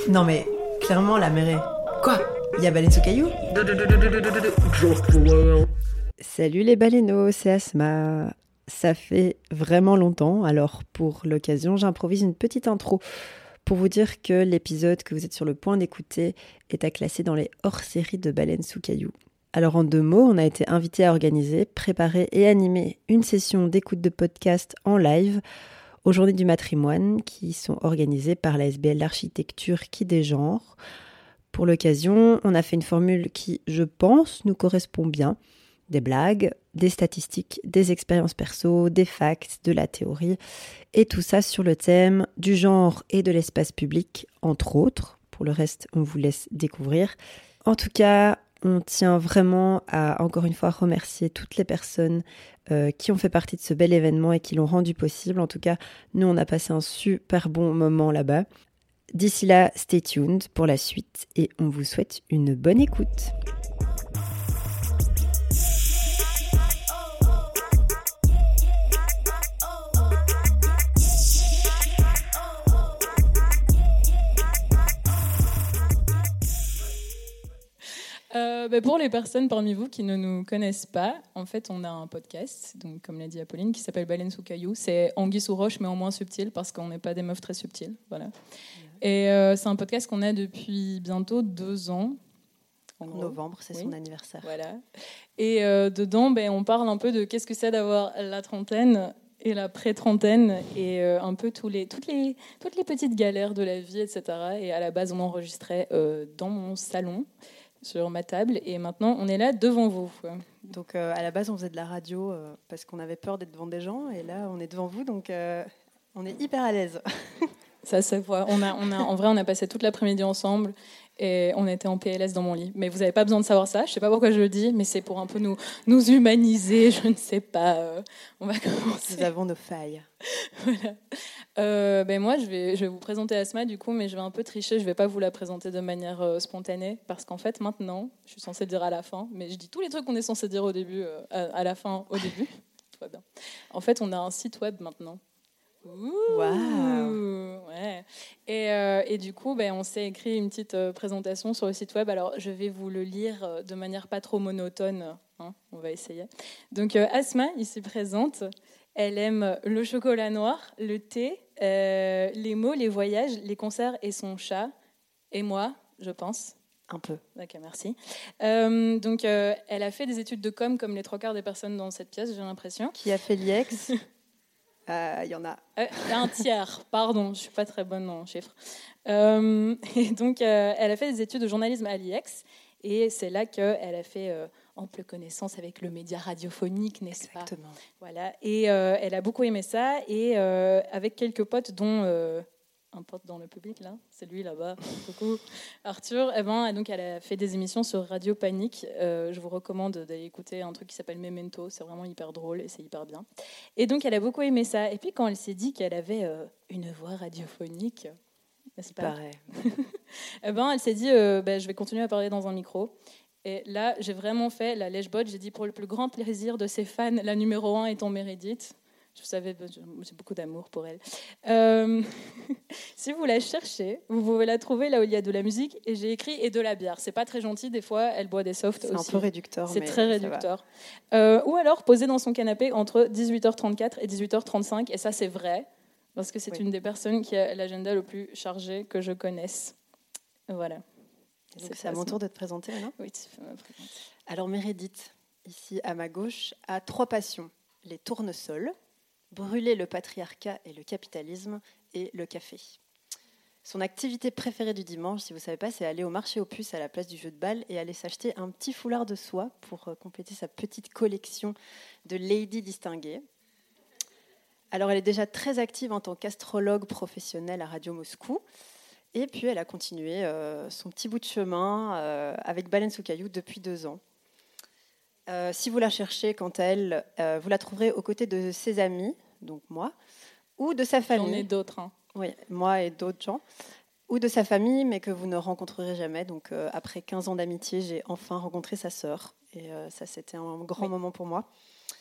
Non mais, clairement, la mer est... Quoi? Il y a baleine sous caillou? Salut les baleineaux, c'est Asma. Ça fait vraiment longtemps, alors pour l'occasion, j'improvise une petite intro pour vous dire que l'épisode que vous êtes sur le point d'écouter est à classer dans les hors-séries de Baleine sous caillou. Alors en 2 mots, on a été invité à organiser, préparer et animer une session d'écoute de podcast en live aux Journées du Matrimoine qui sont organisées par la SBL d'architecture qui dégenre. Pour l'occasion, on a fait une formule qui, je pense, nous correspond bien. Des blagues, des statistiques, des expériences perso, des facts, de la théorie, et tout ça sur le thème du genre et de l'espace public, entre autres. Pour le reste, on vous laisse découvrir. En tout cas, on tient vraiment à, encore une fois, remercier toutes les personnes qui ont fait partie de ce bel événement et qui l'ont rendu possible. En tout cas, nous, on a passé un super bon moment là-bas. D'ici là, stay tuned pour la suite et on vous souhaite une bonne écoute. Pour les personnes parmi vous qui ne nous connaissent pas, en fait, on a un podcast, donc comme l'a dit Apolline, qui s'appelle Baleine sous caillou. C'est Anguille sous roche, mais en moins subtil, parce qu'on n'est pas des meufs très subtiles. Voilà. Et c'est un podcast qu'on a depuis bientôt 2 ans. En novembre, c'est son anniversaire. Voilà. Et dedans, on parle un peu de qu'est-ce que c'est d'avoir la trentaine et la pré-trentaine, et un peu toutes les petites galères de la vie, etc. Et à la base, on enregistrait dans mon salon, sur ma table, et maintenant on est là devant vous. Donc à la base on faisait de la radio parce qu'on avait peur d'être devant des gens, et là on est devant vous, donc on est hyper à l'aise. Ça se voit. En vrai, on a passé toute l'après-midi ensemble et on était en PLS dans mon lit. Mais vous n'avez pas besoin de savoir ça. Je ne sais pas pourquoi je le dis, mais c'est pour un peu nous humaniser. Je ne sais pas. On va commencer. Nous avons nos failles. Voilà. Moi, je vais vous présenter Asma, du coup, mais je vais un peu tricher. Je ne vais pas vous la présenter de manière spontanée, parce qu'en fait, maintenant, je suis censée dire à la fin, mais je dis tous les trucs qu'on est censé dire au début, à la fin, au début. Tout va bien. En fait, on a un site web maintenant. Waouh. Ouais. Et du coup, on s'est écrit une petite présentation sur le site web. Alors, je vais vous le lire de manière pas trop monotone. On va essayer. Donc, Asma, ici présente, elle aime le chocolat noir, le thé, les mots, les voyages, les concerts et son chat. Et moi, je pense. Un peu. Ok, merci. Donc, elle a fait des études de com comme les 3/4 des personnes dans cette pièce, j'ai l'impression. Qui a fait l'IEX? Il y en a. Un tiers, pardon, je ne suis pas très bonne en chiffres. Et donc, elle a fait des études de journalisme à l'IEX, et c'est là qu'elle a fait ample connaissance avec le média radiophonique, n'est-ce pas? Exactement. Voilà. Et elle a beaucoup aimé ça, et avec quelques potes, dont un pote dans le public, là, c'est lui là-bas, coucou, Arthur, donc elle a fait des émissions sur Radio Panique. Je vous recommande d'aller écouter un truc qui s'appelle Memento, c'est vraiment hyper drôle et c'est hyper bien. Et donc elle a beaucoup aimé ça. Et puis quand elle s'est dit qu'elle avait une voix radiophonique, n'est-ce pas? Pareil. Elle s'est dit, je vais continuer à parler dans un micro. Et là, j'ai vraiment fait la lèche-botte. J'ai dit, pour le plus grand plaisir de ses fans, la numéro 1 étant Meredith. Je savais, j'ai beaucoup d'amour pour elle. Si vous la cherchez, vous pouvez la trouver là où il y a de la musique, et j'ai écrit et de la bière. C'est pas très gentil, des fois elle boit des softs aussi. C'est un peu réducteur. C'est très réducteur. Ou alors posée dans son canapé entre 18h34 et 18h35, et ça c'est vrai, parce que c'est une des personnes qui a l'agenda le plus chargé que je connaisse. Voilà. Donc c'est à mon tour de te présenter maintenant. Oui, tu peux me présenter. Alors Meredith, ici à ma gauche, a 3 passions: les tournesols, brûler le patriarcat et le capitalisme, et le café. Son activité préférée du dimanche, si vous ne savez pas, c'est aller au marché aux puces à la place du jeu de balle et aller s'acheter un petit foulard de soie pour compléter sa petite collection de lady distinguées. Alors elle est déjà très active en tant qu'astrologue professionnelle à Radio Moscou, et puis elle a continué son petit bout de chemin avec Baleine sous caillou depuis 2 ans. Si vous la cherchez, quant à elle, vous la trouverez aux côtés de ses amis, donc moi, ou de sa famille. J'en ai d'autres. Oui, moi et d'autres gens. Ou de sa famille, mais que vous ne rencontrerez jamais. Donc, après 15 ans d'amitié, j'ai enfin rencontré sa sœur. Et ça, c'était un grand moment pour moi.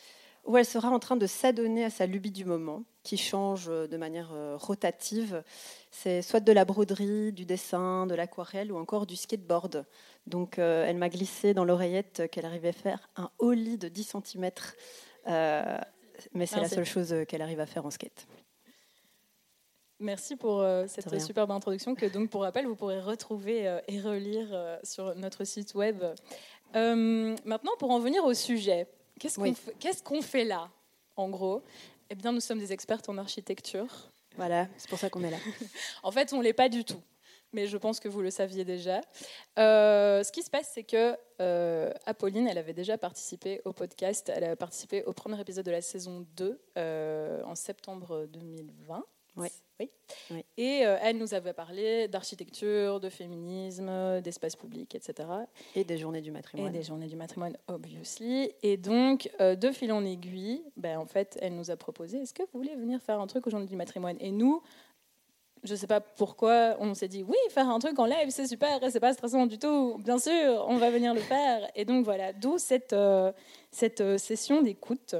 où elle sera en train de s'adonner à sa lubie du moment, qui change de manière rotative. C'est soit de la broderie, du dessin, de l'aquarelle ou encore du skateboard. Donc elle m'a glissé dans l'oreillette qu'elle arrivait à faire un ollie de 10 cm. Mais c'est la seule chose qu'elle arrive à faire en skate. Merci pour cette superbe introduction que, donc, pour rappel, vous pourrez retrouver et relire sur notre site web. Maintenant, pour en venir au sujet, qu'est-ce qu'on fait là, en gros ? Eh bien, nous sommes des expertes en architecture. Voilà, c'est pour ça qu'on est là. En fait, on ne l'est pas du tout, mais je pense que vous le saviez déjà. Ce qui se passe, c'est que Apolline, elle avait déjà participé au podcast. Elle a participé au premier épisode de la saison 2 en septembre 2020. Oui. Et elle nous avait parlé d'architecture, de féminisme, d'espace public, etc. Et des journées du matrimoine. Et des journées du matrimoine, obviously. Et donc, de fil en aiguille, en fait, elle nous a proposé, est-ce que vous voulez venir faire un truc aux journées du matrimoine ? Et nous, je ne sais pas pourquoi, on s'est dit, oui, faire un truc en live, c'est super, c'est pas stressant du tout. Bien sûr, on va venir le faire. Et donc, voilà, d'où cette session d'écoute.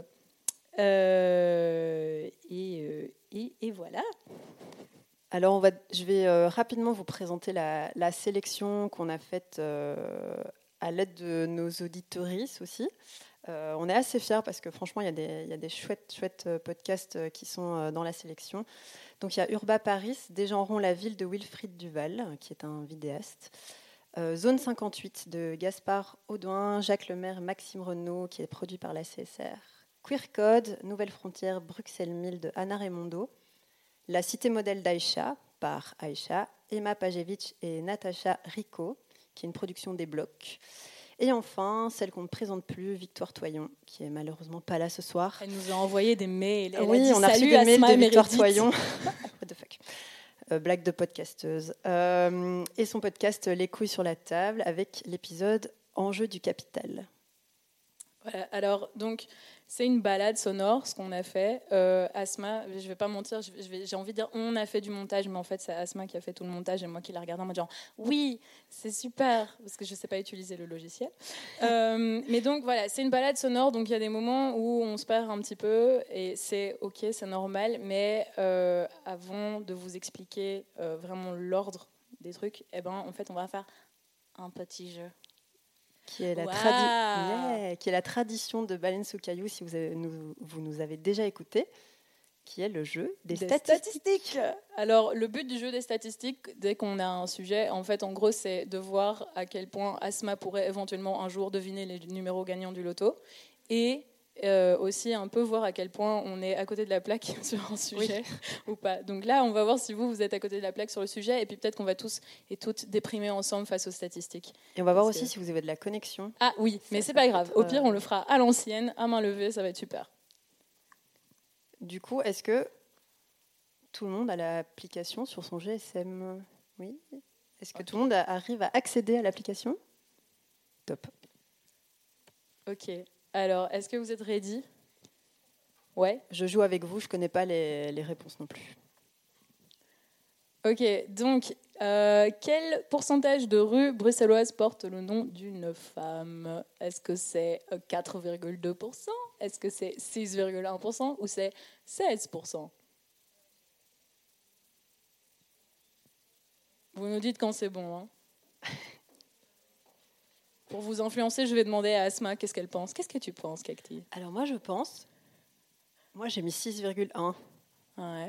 Et voilà. Alors, je vais rapidement vous présenter la sélection qu'on a faite à l'aide de nos auditoristes aussi. On est assez fiers parce que franchement, il y a des chouettes podcasts qui sont dans la sélection. Donc, il y a Urba Paris, Dégenrons la ville de Wilfried Duval, qui est un vidéaste. Zone 58 de Gaspard Audouin, Jacques Lemaire, Maxime Renaud, qui est produit par la CSR. Queer Code, Nouvelle Frontière, Bruxelles 1000 de Anna Raimondo. La cité modèle d'Aïcha, par Aïcha, Emma Pajevich et Natacha Rico, qui est une production des Blocs. Et enfin, celle qu'on ne présente plus, Victoire Toyon, qui est malheureusement pas là ce soir. Elle nous a envoyé des mails. Oui, on a reçu des mails de Victoire Toyon. What the fuck. Blague de podcasteuse. Et son podcast Les couilles sur la table, avec l'épisode Enjeu du capital. Voilà, alors, donc, c'est une balade sonore, ce qu'on a fait. Asma, je ne vais pas mentir, j'ai envie de dire on a fait du montage, mais en fait, c'est Asma qui a fait tout le montage et moi qui l'ai regardé en mode genre oui, c'est super, parce que je ne sais pas utiliser le logiciel. Mais donc, voilà, c'est une balade sonore, donc il y a des moments où on se perd un petit peu et c'est OK, c'est normal, mais avant de vous expliquer vraiment l'ordre des trucs, en fait, on va faire un petit jeu. Qui est la tradition de Baleine sous caillou, si vous nous avez déjà écouté, qui est le jeu des statistiques. Alors, le but du jeu des statistiques, dès qu'on a un sujet, en fait, en gros, c'est de voir à quel point Asma pourrait éventuellement un jour deviner les numéros gagnants du loto, et aussi un peu voir à quel point on est à côté de la plaque sur un sujet ou pas. Donc là, on va voir si vous êtes à côté de la plaque sur le sujet, et puis peut-être qu'on va tous et toutes déprimer ensemble face aux statistiques. Et on va voir aussi si vous avez de la connexion. Ah oui, mais c'est pas grave. Au pire, on le fera à l'ancienne, à main levée, ça va être super. Du coup, est-ce que tout le monde a l'application sur son GSM ? Oui. Est-ce que tout le monde arrive à accéder à l'application ? Top. Ok. Alors, est-ce que vous êtes ready ? Ouais. Je joue avec vous, je ne connais pas les réponses non plus. Ok, donc, quel pourcentage de rues bruxelloises porte le nom d'une femme ? Est-ce que c'est 4,2% ? Est-ce que c'est 6,1% ou c'est 16% ? Vous nous dites quand c'est bon, hein. Pour vous influencer, je vais demander à Asma qu'est-ce qu'elle pense. Qu'est-ce que tu penses, Cacti ? Alors moi, j'ai mis 6,1. Ouais.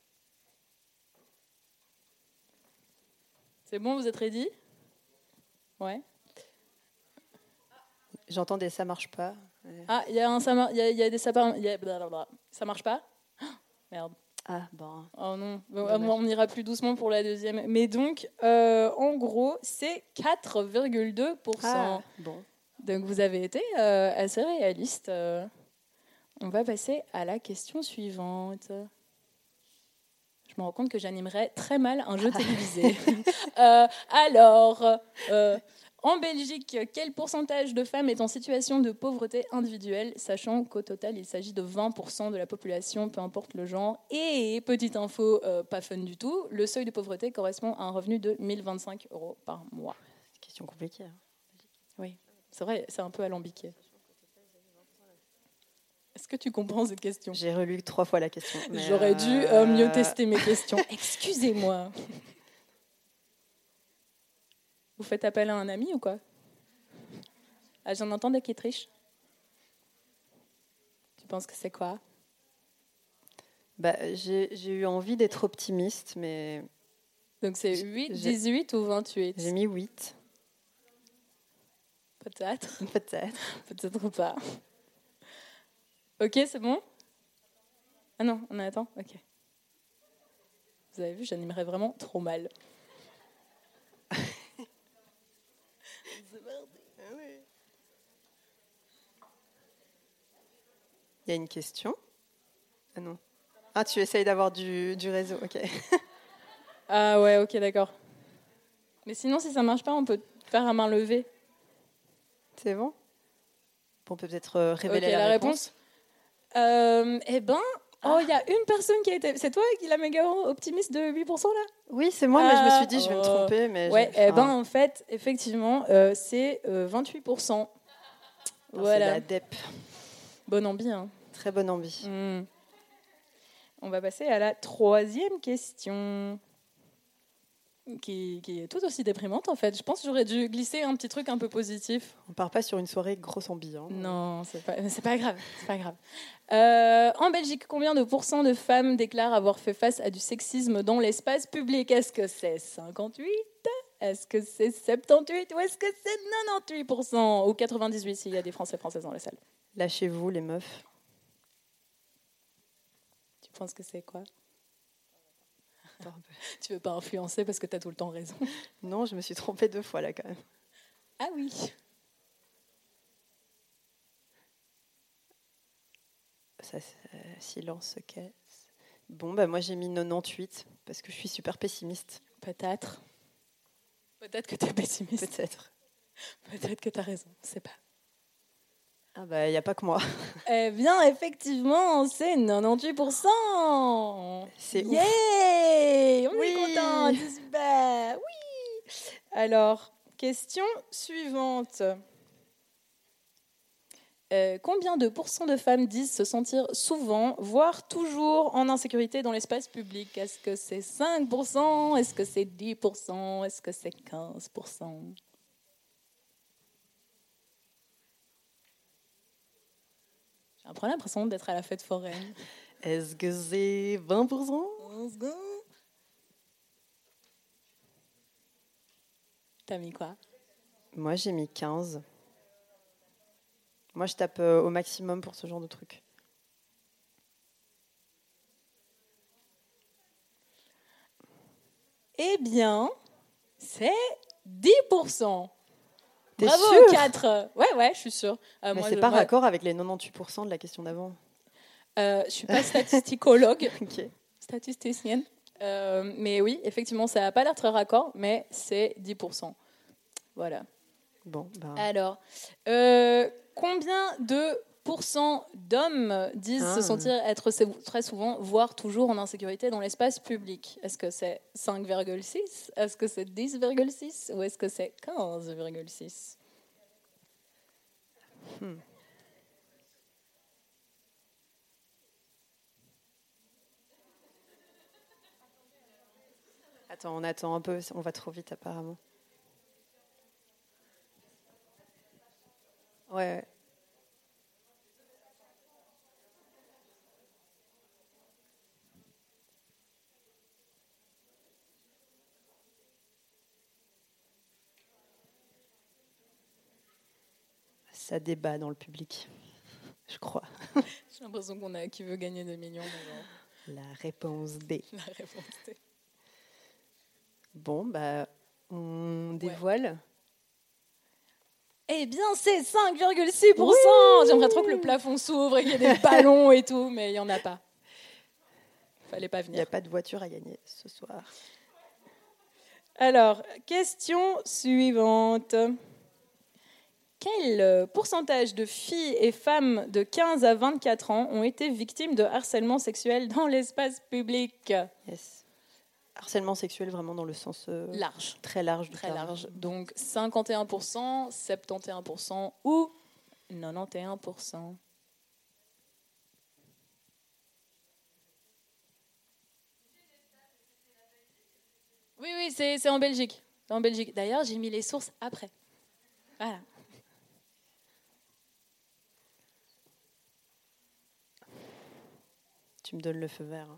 C'est bon, vous êtes ready ? Ouais. J'entends des ça marche pas. Ah, il y a des ça marche pas ? Merde. Ah bon. Oh non, on ira plus doucement pour la deuxième. Mais donc, en gros, c'est 4,2%. Ah, bon. Donc vous avez été assez réaliste. On va passer à la question suivante. Je me rends compte que j'animerais très mal un jeu télévisé. En Belgique, quel pourcentage de femmes est en situation de pauvreté individuelle, sachant qu'au total, il s'agit de 20% de la population, peu importe le genre. Et, petite info, pas fun du tout, le seuil de pauvreté correspond à un revenu de 1025 € par mois. C'est une question compliquée. Hein. Oui, c'est vrai, c'est un peu alambiqué. Est-ce que tu comprends cette question? J'ai relu 3 fois la question. J'aurais dû mieux tester mes questions. Excusez-moi. Vous faites appel à un ami ou quoi? Ah, j'en entends des qui trichent. Tu penses que c'est quoi? J'ai eu envie d'être optimiste, mais... Donc c'est 8, 18 ou 28? J'ai mis 8. Peut-être. Peut-être. Peut-être pas. Ok, c'est bon? Ah non, on attend? Ok. Vous avez vu, j'animerais vraiment trop mal. Il y a une question? Ah non. Ah, tu essayes d'avoir du réseau, ok. Ah ouais, ok, d'accord. Mais sinon, si ça marche pas, on peut faire à main levée. C'est bon? On peut peut-être révéler la réponse. Eh ben, il y a une personne qui a été... C'est toi qui est la méga optimiste de 8% là? Oui, c'est moi, mais je me suis dit, je vais me tromper. Mais en fait, effectivement, c'est 28%. Voilà. C'est la DEP. Bonne ambi, hein. Très bonne ambi. On va passer à la 3e question, qui est tout aussi déprimante en fait. Je pense que j'aurais dû glisser un petit truc un peu positif. On part pas sur une soirée grosse ambi. Hein. Non, c'est pas grave. C'est pas grave. En Belgique, combien de pourcents de femmes déclarent avoir fait face à du sexisme dans l'espace public? Est-ce que c'est 58? Est-ce que c'est 78? Ou est-ce que c'est 98% ou 98% s'il y a des Français et Françaises dans la salle? Lâchez-vous les meufs. Tu penses que c'est quoi? Tu veux pas influencer parce que tu as tout le temps raison. Non, je me suis trompée 2 fois là quand même. Ah oui. Silence se casse. Bon, moi j'ai mis 98 parce que je suis super pessimiste. Peut-être. Peut-être que tu es pessimiste. Peut-être. Peut-être que tu as raison. Je sais pas. Ah il n'y a pas que moi. Eh bien, effectivement, c'est 98%. C'est yeah ouf. On est content. C'est super. Oui. Alors, question suivante. Combien de pourcents de femmes disent se sentir souvent, voire toujours en insécurité dans l'espace public? Est-ce que c'est 5%? Est-ce que c'est 10%? Est-ce que c'est 15%? J'ai un peu l'impression d'être à la fête foraine. Est-ce que c'est 20%? T'as mis quoi? Moi, j'ai mis 15. Moi, je tape au maximum pour ce genre de truc. Eh bien, c'est 10%. T'es Bravo, sûre? 4. Ouais, je suis sûre. Mais c'est pas raccord avec les 98% de la question d'avant. Je suis pas statisticologue, Ok. statisticienne. Mais oui, effectivement, ça n'a pas l'air très raccord, mais c'est 10%. Voilà. Bon, Alors, combien de pourcents d'hommes disent se sentir être très souvent, voire toujours en insécurité dans l'espace public? Est-ce que c'est 5,6? Est-ce que c'est 10,6? Ou est-ce que c'est 15,6? Attends, on attend un peu, on va trop vite apparemment. Ouais. Ça débat dans le public, je crois. J'ai l'impression qu'on a qui veut gagner des millions. La réponse D. La réponse D. Bon, on dévoile. Eh bien, c'est 5,6%. Oui. J'aimerais trop que le plafond s'ouvre et qu'il y ait des ballons et tout, mais il n'y en a pas. Fallait pas venir. Il n'y a pas de voiture à gagner ce soir. Alors, question suivante. Quel pourcentage de filles et femmes de 15 à 24 ans ont été victimes de harcèlement sexuel dans l'espace public? Yes. Harcèlement sexuel vraiment dans le sens large. Très large. Très large. Donc 51%, 71% ou 91%. c'est en Belgique. C'est en Belgique. D'ailleurs, j'ai mis les sources après. Voilà. Tu me donnes le feu vert.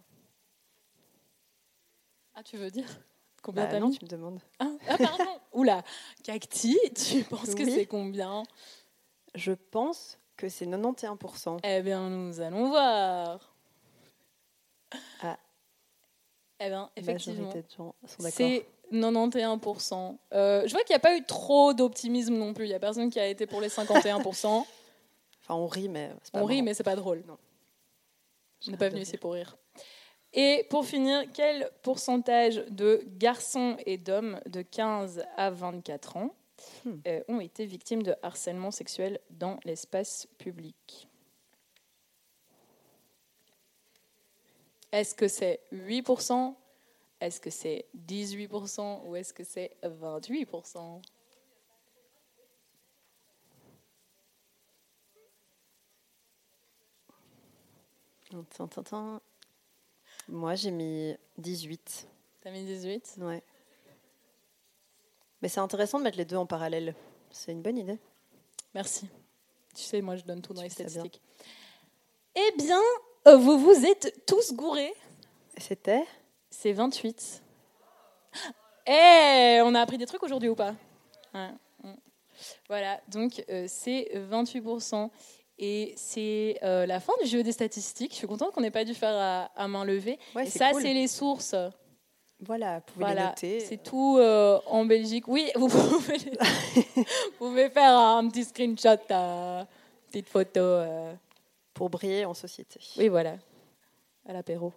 Ah, tu veux dire combien t'as Non, mis? tu me demandes. Ah, pardon. Oula, Cacti, tu penses que c'est combien? Je pense que c'est 91%. Eh bien, nous allons voir. Ah. Eh bien, effectivement, La majorité de gens sont d'accord. c'est 91%. Je vois qu'il n'y a pas eu trop d'optimisme non plus. Il n'y a personne qui a été pour les 51%. Enfin, on rit, mais c'est pas On rit, marrant. mais c'est pas drôle. Non. On n'est pas venu ici pour rire. Et pour finir, quel pourcentage de garçons et d'hommes de 15 à 24 ans ont été victimes de harcèlement sexuel dans l'espace public? Est-ce que c'est 8%? Est-ce que c'est 18% ou est-ce que c'est 28%? Moi, j'ai mis 18. T'as mis 18? Ouais. Mais c'est intéressant de mettre les deux en parallèle. C'est une bonne idée. Merci. Tu sais, moi, je donne tout dans les fais ça statistiques. Eh bien, vous vous êtes tous gourés. C'était C'est 28. Eh, on a appris des trucs aujourd'hui ou pas? Ouais. Voilà, donc c'est 28%. Et c'est la fin du jeu des statistiques. Je suis contente qu'on n'ait pas dû faire à main levée. Ouais, et c'est ça, cool. c'est les sources. Voilà, vous pouvez les noter. C'est tout en Belgique. Oui, vous pouvez faire un petit screenshot, petite photo. Pour briller en société. Oui, voilà, à l'apéro.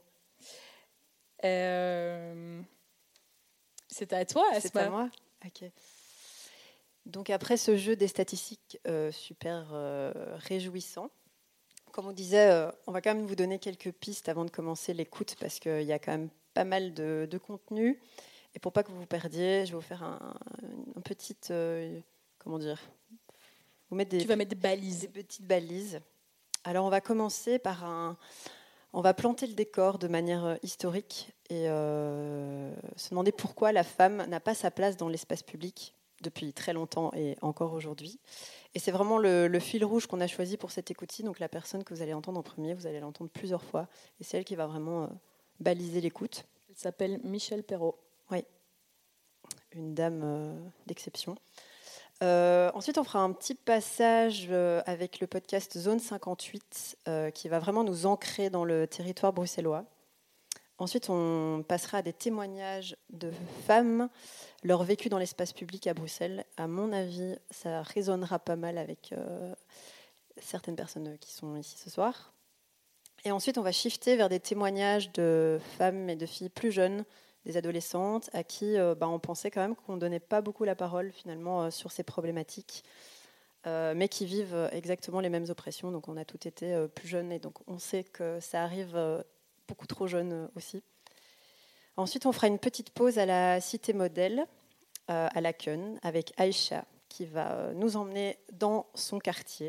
C'est à toi, Asma. C'est à moi. Ok. Donc après ce jeu des statistiques super réjouissant, comme on disait, on va quand même vous donner quelques pistes avant de commencer l'écoute parce qu'il y a quand même pas mal de contenu. Et pour pas que vous vous perdiez, je vais vous faire un petit... comment dire Tu vas mettre des balises. Des petites balises. Alors on va commencer par on va planter le décor de manière historique et se demander pourquoi la femme n'a pas sa place dans l'espace public depuis très longtemps et encore aujourd'hui. Et c'est vraiment le fil rouge qu'on a choisi pour cette écoute-ci. Donc la personne que vous allez entendre en premier, vous allez l'entendre plusieurs fois. Et c'est elle qui va vraiment baliser l'écoute. Elle s'appelle Michèle Perrault. Oui, une dame d'exception. Ensuite, on fera un petit passage avec le podcast Zone 58 qui va vraiment nous ancrer dans le territoire bruxellois. Ensuite, on passera à des témoignages de femmes, leur vécu dans l'espace public à Bruxelles. À mon avis, ça résonnera pas mal avec certaines personnes qui sont ici ce soir. Et ensuite, on va shifter vers des témoignages de femmes et de filles plus jeunes, des adolescentes, à qui on pensait quand même qu'on ne donnait pas beaucoup la parole finalement sur ces problématiques, mais qui vivent exactement les mêmes oppressions. Donc on a toutes été plus jeunes et donc on sait que ça arrive beaucoup trop jeune aussi. Ensuite, on fera une petite pause à la Cité Modèle, à Laken, avec Aïcha, qui va nous emmener dans son quartier.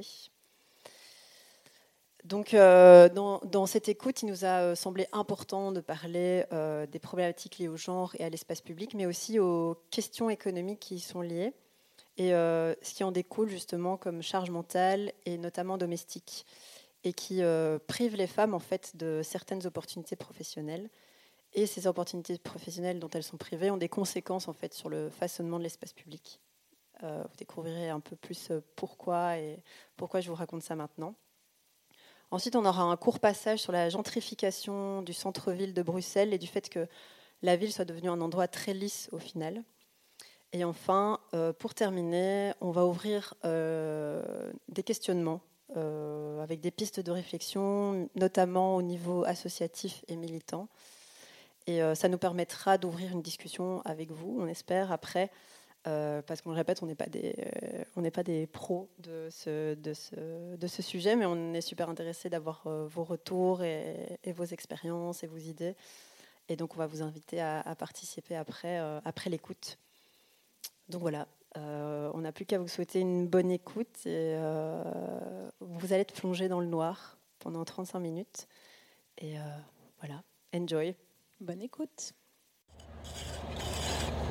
Donc, dans cette écoute, il nous a semblé important de parler des problématiques liées au genre et à l'espace public, mais aussi aux questions économiques qui y sont liées, et ce qui en découle justement comme charge mentale et notamment domestique, et qui prive les femmes en fait de certaines opportunités professionnelles. Et ces opportunités professionnelles dont elles sont privées ont des conséquences en fait sur le façonnement de l'espace public. Vous découvrirez un peu plus pourquoi et pourquoi je vous raconte ça maintenant. Ensuite, on aura un court passage sur la gentrification du centre-ville de Bruxelles et du fait que la ville soit devenue un endroit très lisse au final. Et enfin, pour terminer, on va ouvrir des questionnements avec des pistes de réflexion, notamment au niveau associatif et militant. Et ça nous permettra d'ouvrir une discussion avec vous, on espère, après, parce qu'on le répète, on n'est pas des pros de ce sujet, mais on est super intéressés d'avoir vos retours et vos expériences et vos idées. Et donc, on va vous inviter à participer après l'écoute. Donc voilà, on n'a plus qu'à vous souhaiter une bonne écoute. Et, vous allez être plongé dans le noir pendant 35 minutes. Et voilà, enjoy. Bonne écoute.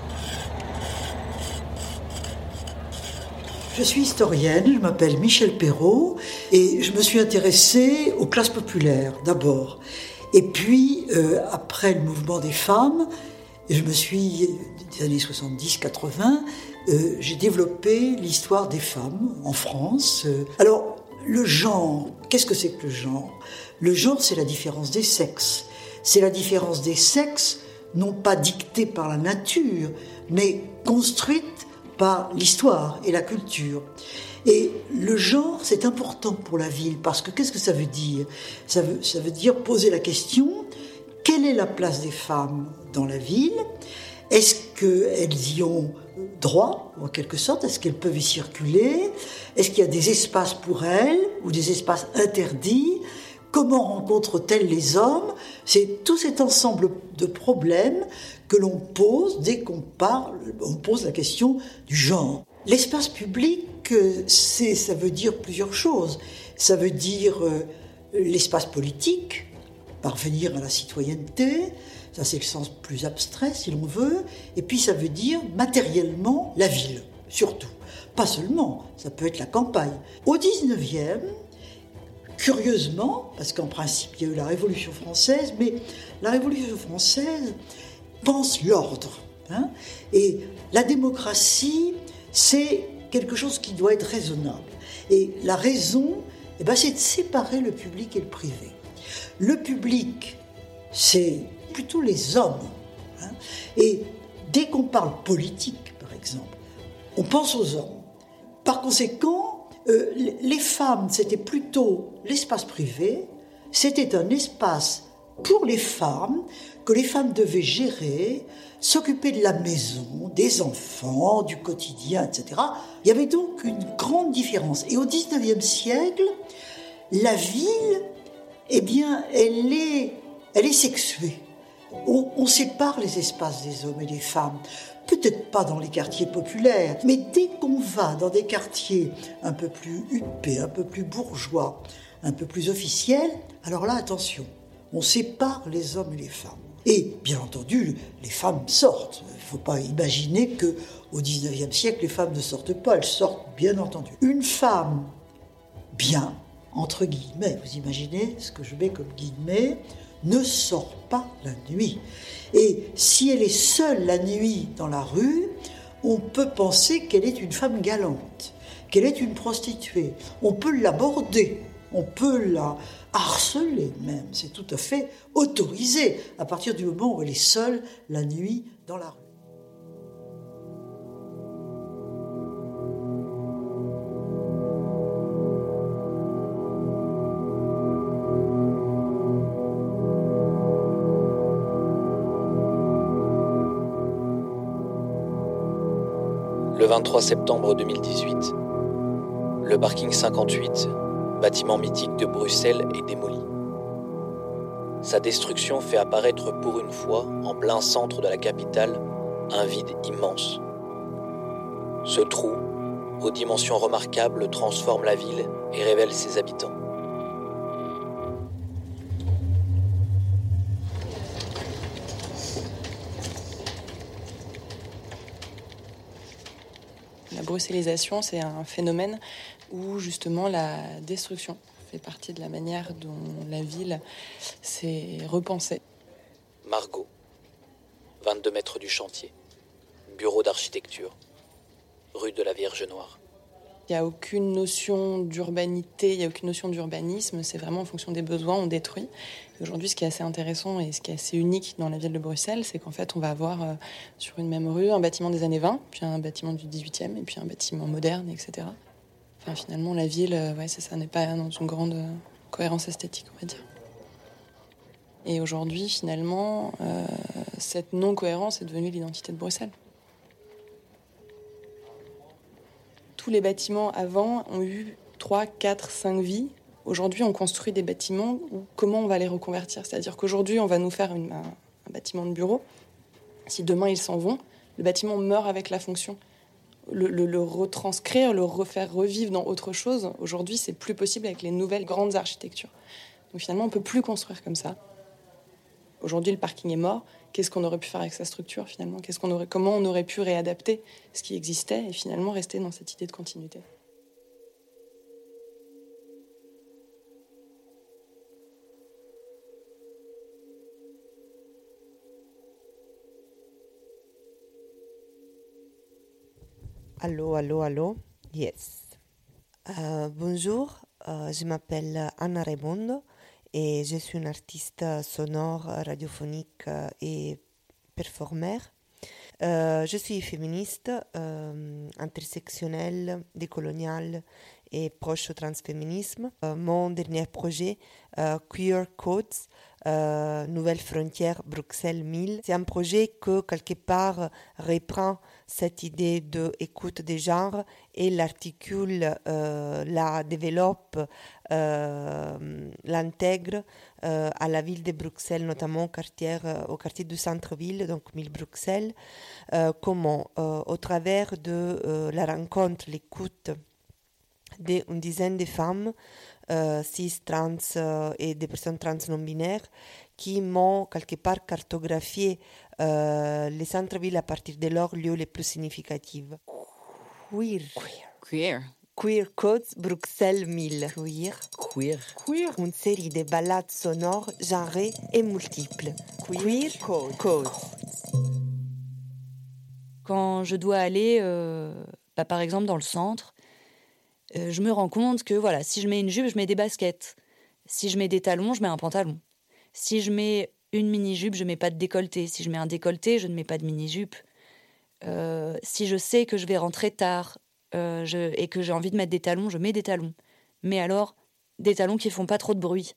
Je suis historienne, je m'appelle Michèle Perrault et je me suis intéressée aux classes populaires d'abord. Et puis, après le mouvement des femmes, des années 70-80, j'ai développé l'histoire des femmes en France. Alors, le genre, qu'est-ce que c'est que le genre ? Le genre, c'est la différence des sexes. C'est la différence des sexes, non pas dictée par la nature, mais construite par l'histoire et la culture. Et le genre, c'est important pour la ville, parce que qu'est-ce que ça veut dire ? Ça veut dire poser la question, quelle est la place des femmes dans la ville ? Est-ce qu'elles y ont droit, en quelque sorte ? Est-ce qu'elles peuvent y circuler ? Est-ce qu'il y a des espaces pour elles, ou des espaces interdits ? Comment rencontrent-elles les hommes ? C'est tout cet ensemble de problèmes que l'on pose dès qu'on pose la question du genre. L'espace public, ça veut dire plusieurs choses. Ça veut dire l'espace politique, parvenir à la citoyenneté, ça c'est le sens plus abstrait si l'on veut, et puis ça veut dire matériellement la ville, surtout. Pas seulement, ça peut être la campagne. Au 19e, curieusement, parce qu'en principe il y a eu la Révolution française, mais la Révolution française pense l'ordre. Et la démocratie, c'est quelque chose qui doit être raisonnable. Et la raison, c'est de séparer le public et le privé. Le public, c'est plutôt les hommes. Et dès qu'on parle politique, par exemple, on pense aux hommes. Par conséquent, les femmes, c'était plutôt l'espace privé, c'était un espace pour les femmes, que les femmes devaient gérer, s'occuper de la maison, des enfants, du quotidien, etc. Il y avait donc une grande différence. Et au XIXe siècle, la ville, elle est sexuée. On sépare les espaces des hommes et des femmes. Peut-être pas dans les quartiers populaires, mais dès qu'on va dans des quartiers un peu plus huppés, un peu plus bourgeois, un peu plus officiels, alors là, attention, on sépare les hommes et les femmes. Et bien entendu, les femmes sortent. Il ne faut pas imaginer qu'au XIXe siècle, les femmes ne sortent pas. Elles sortent, bien entendu. Une femme bien, entre guillemets, vous imaginez ce que je mets comme guillemets, ne sort pas la nuit. Et si elle est seule la nuit dans la rue, on peut penser qu'elle est une femme galante, qu'elle est une prostituée. On peut l'aborder, on peut la harceler même. C'est tout à fait autorisé à partir du moment où elle est seule la nuit dans la rue. Le 23 septembre 2018, le parking 58, bâtiment mythique de Bruxelles, est démoli. Sa destruction fait apparaître pour une fois, en plein centre de la capitale, un vide immense. Ce trou, aux dimensions remarquables, transforme la ville et révèle ses habitants. La bruxellisation, c'est un phénomène où justement la destruction fait partie de la manière dont la ville s'est repensée. Margot, 22 mètres du chantier, bureau d'architecture, rue de la Vierge Noire. Il n'y a aucune notion d'urbanité, il n'y a aucune notion d'urbanisme, c'est vraiment en fonction des besoins, on détruit. Et aujourd'hui, ce qui est assez intéressant et ce qui est assez unique dans la ville de Bruxelles, c'est qu'en fait, on va avoir sur une même rue un bâtiment des années 20, puis un bâtiment du 18e, et puis un bâtiment moderne, etc. Enfin, finalement, la ville, c'est ça, n'est pas dans une grande cohérence esthétique, on va dire. Et aujourd'hui, finalement, cette non-cohérence est devenue l'identité de Bruxelles. Tous les bâtiments avant ont eu 3, 4, 5 vies. Aujourd'hui, on construit des bâtiments où comment on va les reconvertir. C'est-à-dire qu'aujourd'hui, on va nous faire un bâtiment de bureau. Si demain, ils s'en vont, le bâtiment meurt avec la fonction. Le retranscrire, le refaire revivre dans autre chose, aujourd'hui, c'est plus possible avec les nouvelles grandes architectures. Donc finalement, on ne peut plus construire comme ça. Aujourd'hui, le parking est mort. Qu'est-ce qu'on aurait pu faire avec sa structure, finalement ? Comment on aurait pu réadapter ce qui existait et finalement rester dans cette idée de continuité ? Allô, yes. Bonjour, je m'appelle Anna Raimondo et je suis une artiste sonore, radiophonique et performeur. Je suis féministe, intersectionnelle, décoloniale et proche au transféminisme. Mon dernier projet, Queer Codes, Nouvelles Frontières Bruxelles 1000, c'est un projet que quelque part reprend cette idée d'écoute des genres et l'articule, la développe, l'intègre à la ville de Bruxelles, notamment au quartier du centre-ville, donc 1000 Bruxelles. Comment, au travers de la rencontre, l'écoute d'une dizaine de femmes cis, trans et des personnes trans non-binaires qui m'ont quelque part cartographié les centres-villes à partir de leurs lieux les plus significatifs. Queer Codes Bruxelles 1000. Queer. Une série de ballades sonores, genrées et multiples. Queer Codes. Quand je dois aller, par exemple, dans le centre, je me rends compte que voilà, si je mets une jupe, je mets des baskets. Si je mets des talons, je mets un pantalon. Si je mets une mini-jupe, je ne mets pas de décolleté. Si je mets un décolleté, je ne mets pas de mini-jupe. Si je sais que je vais rentrer tard et que j'ai envie de mettre des talons, je mets des talons. Mais alors, des talons qui ne font pas trop de bruit.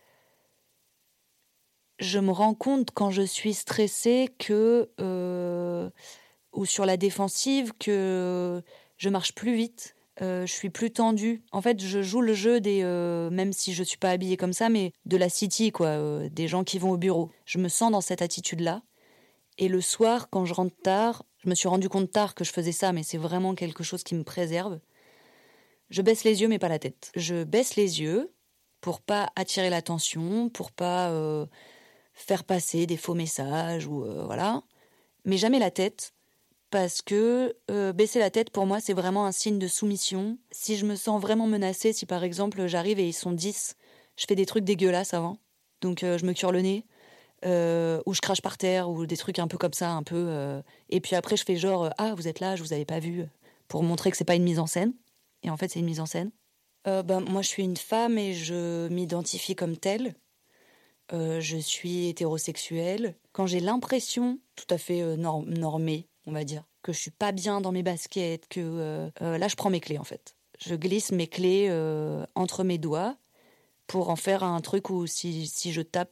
Je me rends compte quand je suis stressée ou sur la défensive que je marche plus vite. Je suis plus tendue. En fait, je joue le jeu même si je suis pas habillée comme ça, mais de la city, quoi, des gens qui vont au bureau. Je me sens dans cette attitude-là. Et le soir, quand je rentre tard, je me suis rendu compte tard que je faisais ça, mais c'est vraiment quelque chose qui me préserve. Je baisse les yeux, mais pas la tête. Je baisse les yeux pour pas attirer l'attention, pour pas faire passer des faux messages ou voilà, mais jamais la tête. Parce que baisser la tête, pour moi, c'est vraiment un signe de soumission. Si je me sens vraiment menacée, si par exemple j'arrive et ils sont 10, je fais des trucs dégueulasses avant. Donc je me cure le nez, ou je crache par terre, ou des trucs un peu comme ça, et puis après je fais genre « Ah, vous êtes là, je vous avais pas vu », pour montrer que c'est pas une mise en scène. Et en fait, c'est une mise en scène. Moi, je suis une femme et je m'identifie comme telle. Je suis hétérosexuelle. Quand j'ai l'impression, tout à fait normée, on va dire, que je suis pas bien dans mes baskets, que là je prends mes clés en fait. Je glisse mes clés entre mes doigts pour en faire un truc où si je tape,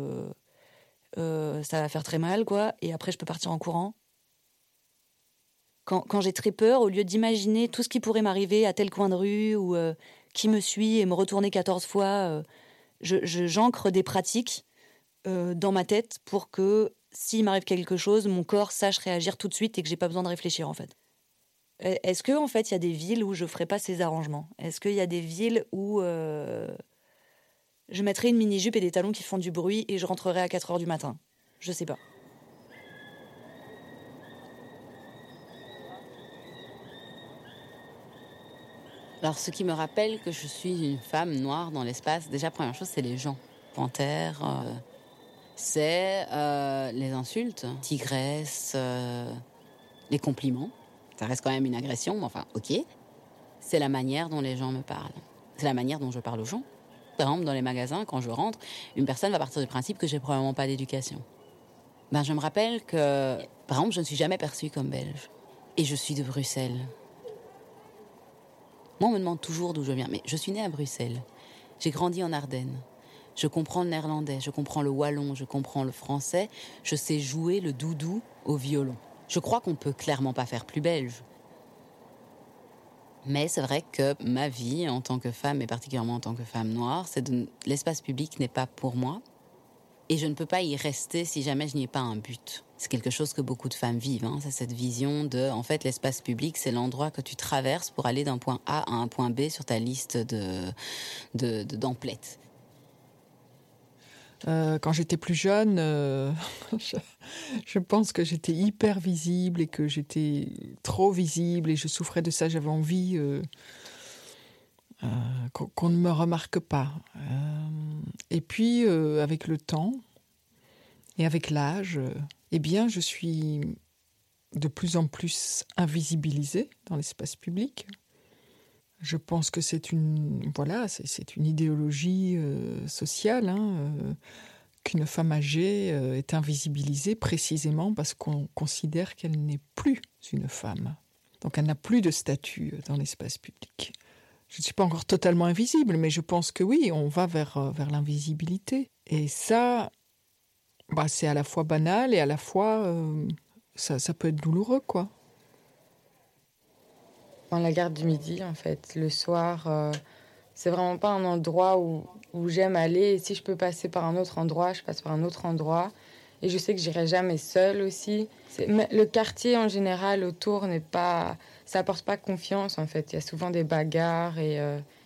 ça va faire très mal, quoi. Et après je peux partir en courant. Quand j'ai très peur, au lieu d'imaginer tout ce qui pourrait m'arriver à tel coin de rue ou qui me suit et me retourner 14 fois, j'ancre des pratiques dans ma tête pour que s'il m'arrive quelque chose, mon corps sache réagir tout de suite et que j'ai pas besoin de réfléchir en fait. Est-ce que en fait il y a des villes où je ferais pas ces arrangements ? Est-ce qu'il y a des villes où je mettrais une mini-jupe et des talons qui font du bruit et je rentrerai à 4h du matin ? Je sais pas. Alors, ce qui me rappelle que je suis une femme noire dans l'espace, déjà, première chose, c'est les gens. Panthère, c'est les insultes, tigresse, les compliments. Ça reste quand même une agression, mais enfin, ok. C'est la manière dont les gens me parlent. C'est la manière dont je parle aux gens. Par exemple, dans les magasins, quand je rentre, une personne va partir du principe que j'ai probablement pas d'éducation. Je me rappelle que, par exemple, je ne suis jamais perçue comme belge. Et je suis de Bruxelles. Moi, on me demande toujours d'où je viens. Mais je suis née à Bruxelles. J'ai grandi en Ardennes. Je comprends le néerlandais, je comprends le wallon, je comprends le français. Je sais jouer le doudou au violon. Je crois qu'on peut clairement pas faire plus belge. Mais c'est vrai que ma vie en tant que femme, et particulièrement en tant que femme noire, l'espace public n'est pas pour moi. Et je ne peux pas y rester si jamais je n'y ai pas un but. C'est quelque chose que beaucoup de femmes vivent. C'est cette vision de, en fait, l'espace public, c'est l'endroit que tu traverses pour aller d'un point A à un point B sur ta liste d'emplettes. Quand j'étais plus jeune, je pense que j'étais hyper visible et que j'étais trop visible et je souffrais de ça. J'avais envie qu'on ne me remarque pas. Et puis, avec le temps et avec l'âge, eh bien, je suis de plus en plus invisibilisée dans l'espace public. Je pense que c'est une idéologie sociale, qu'une femme âgée est invisibilisée précisément parce qu'on considère qu'elle n'est plus une femme. Donc elle n'a plus de statut dans l'espace public. Je ne suis pas encore totalement invisible, mais je pense que oui, on va vers l'invisibilité. Et ça, c'est à la fois banal et à la fois, ça peut être douloureux, quoi. Dans la gare du Midi, en fait, le soir, c'est vraiment pas un endroit où j'aime aller. Et si je peux passer par un autre endroit, je passe par un autre endroit. Et je sais que j'irai jamais seule aussi. Le quartier en général autour ça apporte pas confiance, en fait. Il y a souvent des bagarres et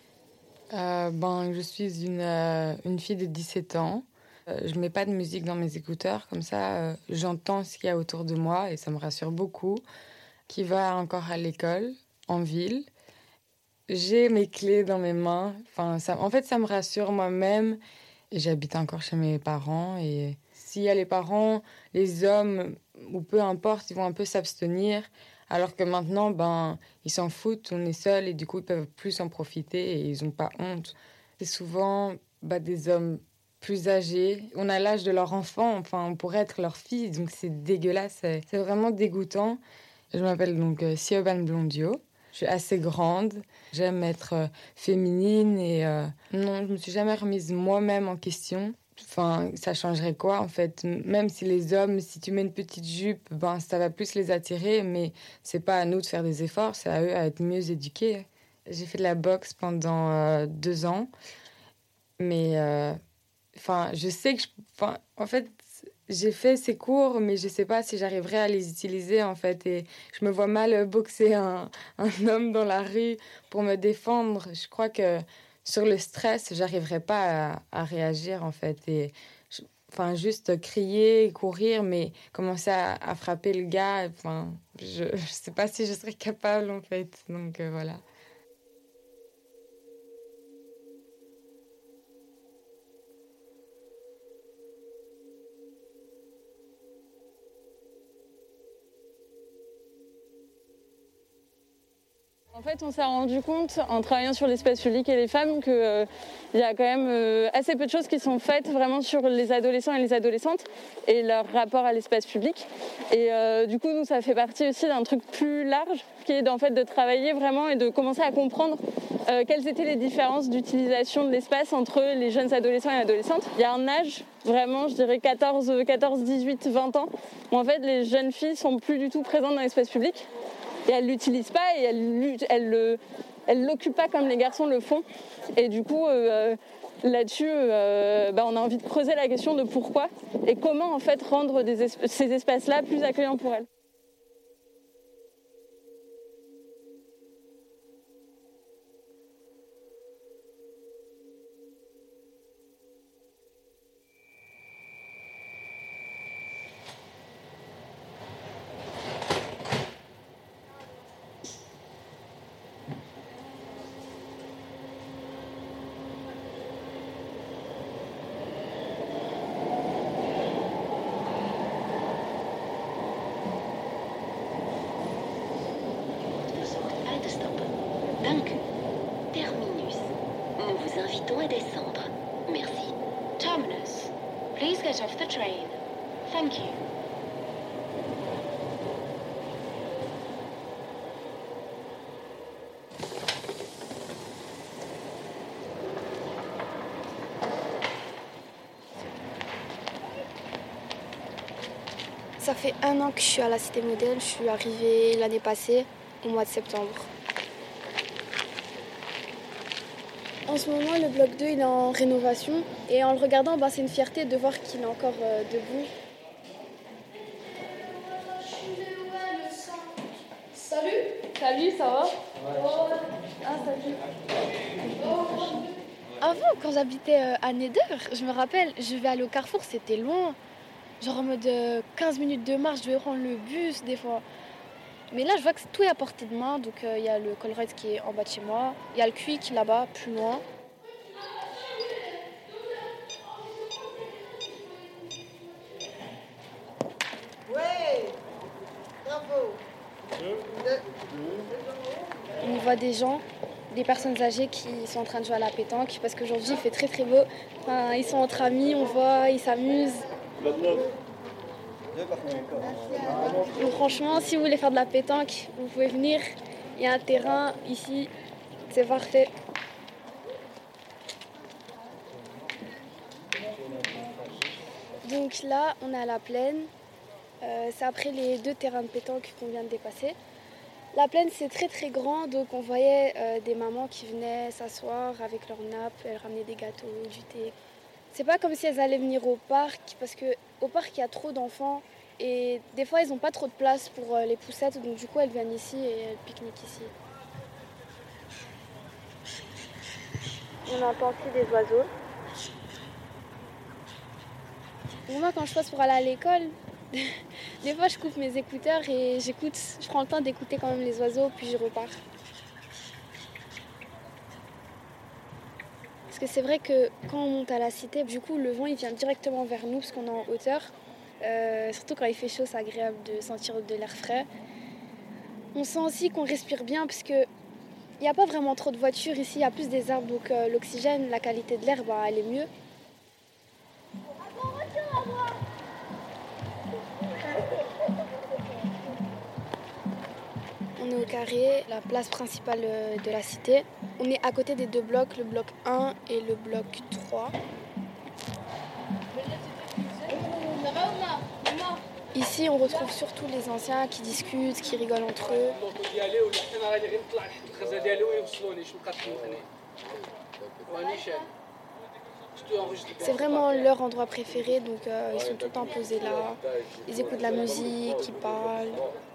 je suis une fille de 17 ans. Je mets pas de musique dans mes écouteurs, comme ça j'entends ce qu'il y a autour de moi et ça me rassure beaucoup. Qui va encore à l'école en ville. J'ai mes clés dans mes mains. Ça me rassure moi-même. Et j'habite encore chez mes parents. Et s'il y a les parents, les hommes, ou peu importe, ils vont un peu s'abstenir. Alors que maintenant, ils s'en foutent, on est seuls et du coup, ils peuvent plus en profiter et ils n'ont pas honte. C'est souvent des hommes plus âgés. On a l'âge de leur enfant, on pourrait être leur fille, donc c'est dégueulasse. C'est vraiment dégoûtant. Je m'appelle donc Siobhan Blondio. Je suis assez grande. J'aime être féminine et non, je me suis jamais remise moi-même en question. Ça changerait quoi en fait? Même si les hommes, si tu mets une petite jupe, ça va plus les attirer, mais c'est pas à nous de faire des efforts, c'est à eux à être mieux éduqués. J'ai fait de la boxe pendant 2 ans, mais je sais que en fait, j'ai fait ces cours, mais je sais pas si j'arriverai à les utiliser, en fait. Et je me vois mal boxer un homme dans la rue pour me défendre. Je crois que sur le stress, j'arriverai pas à réagir, en fait. Et juste crier, courir, mais commencer à frapper le gars, je sais pas si je serais capable, en fait. Donc, voilà. En fait, on s'est rendu compte, en travaillant sur l'espace public et les femmes, qu'il y a quand même assez peu de choses qui sont faites vraiment sur les adolescents et les adolescentes et leur rapport à l'espace public. Et du coup, nous, ça fait partie aussi d'un truc plus large, qui est en fait de travailler vraiment et de commencer à comprendre quelles étaient les différences d'utilisation de l'espace entre les jeunes adolescents et adolescentes. Il y a un âge, vraiment, je dirais 14, 18, 20 ans, où en fait, les jeunes filles sont plus du tout présentes dans l'espace public. Et elles ne l'utilisent pas et elles l'occupent pas comme les garçons le font. Et du coup, là-dessus, on a envie de creuser la question de pourquoi et comment en fait rendre ces espaces-là plus accueillants pour elles. Dank u. Terminus. Nous vous invitons à descendre. Merci. Terminus. Please get off the train. Thank you. Ça fait 1 an que je suis à la Cité Modèle. Je suis arrivée l'année passée, au mois de septembre. En ce moment, le bloc 2 il est en rénovation. Et en le regardant, c'est une fierté de voir qu'il est encore debout. Salut. Salut, ça va? Ah, salut. Avant, quand j'habitais à Neder, je me rappelle, je vais aller au Carrefour, c'était loin. Genre en mode 15 minutes de marche, je devais prendre le bus des fois. Mais là, je vois que tout est à portée de main. Donc il y a le Colruyt qui est en bas de chez moi. Il y a le Quick là-bas, plus loin. Ouais, bravo. On y voit des gens, des personnes âgées qui sont en train de jouer à la pétanque parce qu'aujourd'hui il fait très très beau. Enfin, ils sont entre amis, on voit, ils s'amusent. Donc, franchement, si vous voulez faire de la pétanque, vous pouvez venir. Il y a un terrain ici, c'est parfait. Donc là, on est à la plaine. C'est après les 2 terrains de pétanque qu'on vient de dépasser. La plaine, c'est très très grand, donc on voyait des mamans qui venaient s'asseoir avec leur nappe, elles ramenaient des gâteaux, du thé. C'est pas comme si elles allaient venir au parc, parce qu'au parc, il y a trop d'enfants et des fois, ils n'ont pas trop de place pour les poussettes, donc du coup, elles viennent ici et elles pique-niquent ici. On entend aussi des oiseaux. Moi, quand je passe pour aller à l'école, des fois, je coupe mes écouteurs et j'écoute. Je prends le temps d'écouter quand même les oiseaux, puis je repars. Parce que c'est vrai que quand on monte à la cité, du coup, le vent il vient directement vers nous parce qu'on est en hauteur. Surtout quand il fait chaud, c'est agréable de sentir de l'air frais. On sent aussi qu'on respire bien parce que il n'y a pas vraiment trop de voitures ici, il y a plus des arbres, donc l'oxygène, la qualité de l'air, elle est mieux. On est au Carré, la place principale de la cité. On est à côté des 2 blocs, le bloc 1 et le bloc 3. Ici, on retrouve surtout les anciens qui discutent, qui rigolent entre eux. C'est vraiment leur endroit préféré, donc ils sont tout le temps posés là. Ils écoutent de la musique, ils parlent.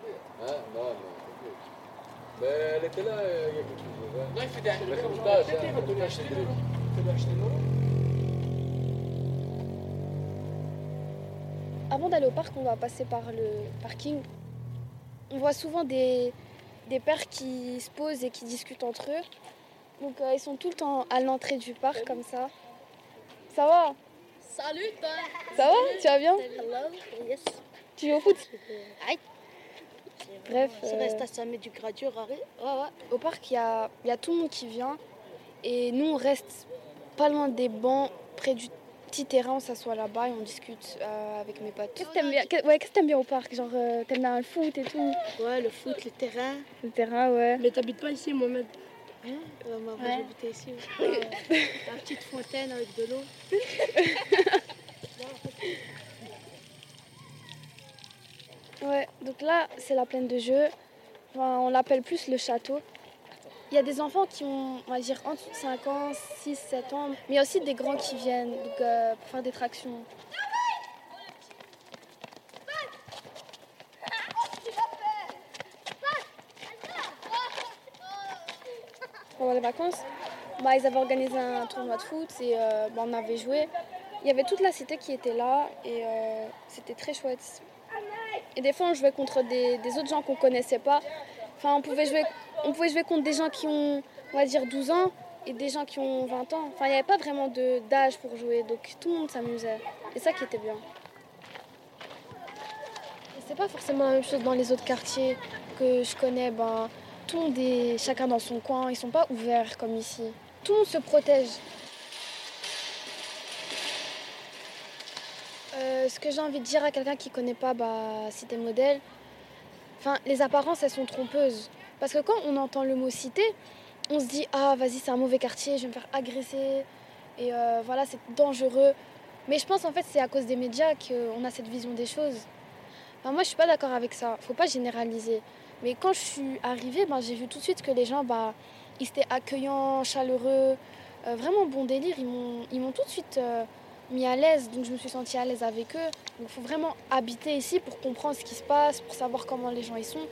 Avant d'aller au parc, on va passer par le parking. On voit souvent des pères qui se posent et qui discutent entre eux. Donc ils sont tout le temps à l'entrée du parc comme ça. Ça va? Salut toi. Ça va? Tu vas bien? Hello. Yes. Tu joues au foot? Aïe. Bref. Ça reste à 5 mètres du graduat. Ouais. Au parc, il y a tout le monde qui vient. Et nous, on reste pas loin des bancs, près du petit terrain. On s'assoit là-bas et on discute avec mes potes. Qu'est-ce que t'aimes bien au parc? Genre, t'aimes bien le foot et tout? Ouais, le foot, le terrain. Le terrain, ouais. Mais t'habites pas ici, Mohamed? Hein? Moi, Ouais. j'habitais ici. La petite fontaine avec de l'eau. Ouais, donc là, c'est la plaine de jeu. Enfin, on l'appelle plus le château. Il y a des enfants qui ont, on va dire, entre 5 ans, 6, 7 ans. Mais il y a aussi des grands qui viennent donc, pour faire des tractions. Pendant les vacances, ils avaient organisé un tournoi de foot et on avait joué. Il y avait toute la cité qui était là et c'était très chouette. Et des fois, on jouait contre des autres gens qu'on connaissait pas. Enfin, on pouvait jouer contre des gens qui ont, on va dire, 12 ans et des gens qui ont 20 ans. Enfin, il n'y avait pas vraiment d'âge pour jouer, donc tout le monde s'amusait. Et ça qui était bien. Et c'est pas forcément la même chose dans les autres quartiers que je connais. Tout le monde est chacun dans son coin, ils sont pas ouverts comme ici. Tout le monde se protège. Ce que j'ai envie de dire à quelqu'un qui connaît pas Cité Modèle, les apparences, elles sont trompeuses. Parce que quand on entend le mot cité, on se dit « Ah, vas-y, c'est un mauvais quartier, je vais me faire agresser. » Et voilà, c'est dangereux. Mais je pense en fait c'est à cause des médias qu'on a cette vision des choses. Moi, je suis pas d'accord avec ça. Faut pas généraliser. Mais quand je suis arrivée, j'ai vu tout de suite que les gens, ils étaient accueillants, chaleureux, vraiment bon délire. Ils m'ont tout de suite mis à l'aise, donc je me suis sentie à l'aise avec eux. Donc il faut vraiment habiter ici pour comprendre ce qui se passe, pour savoir comment les gens y sont.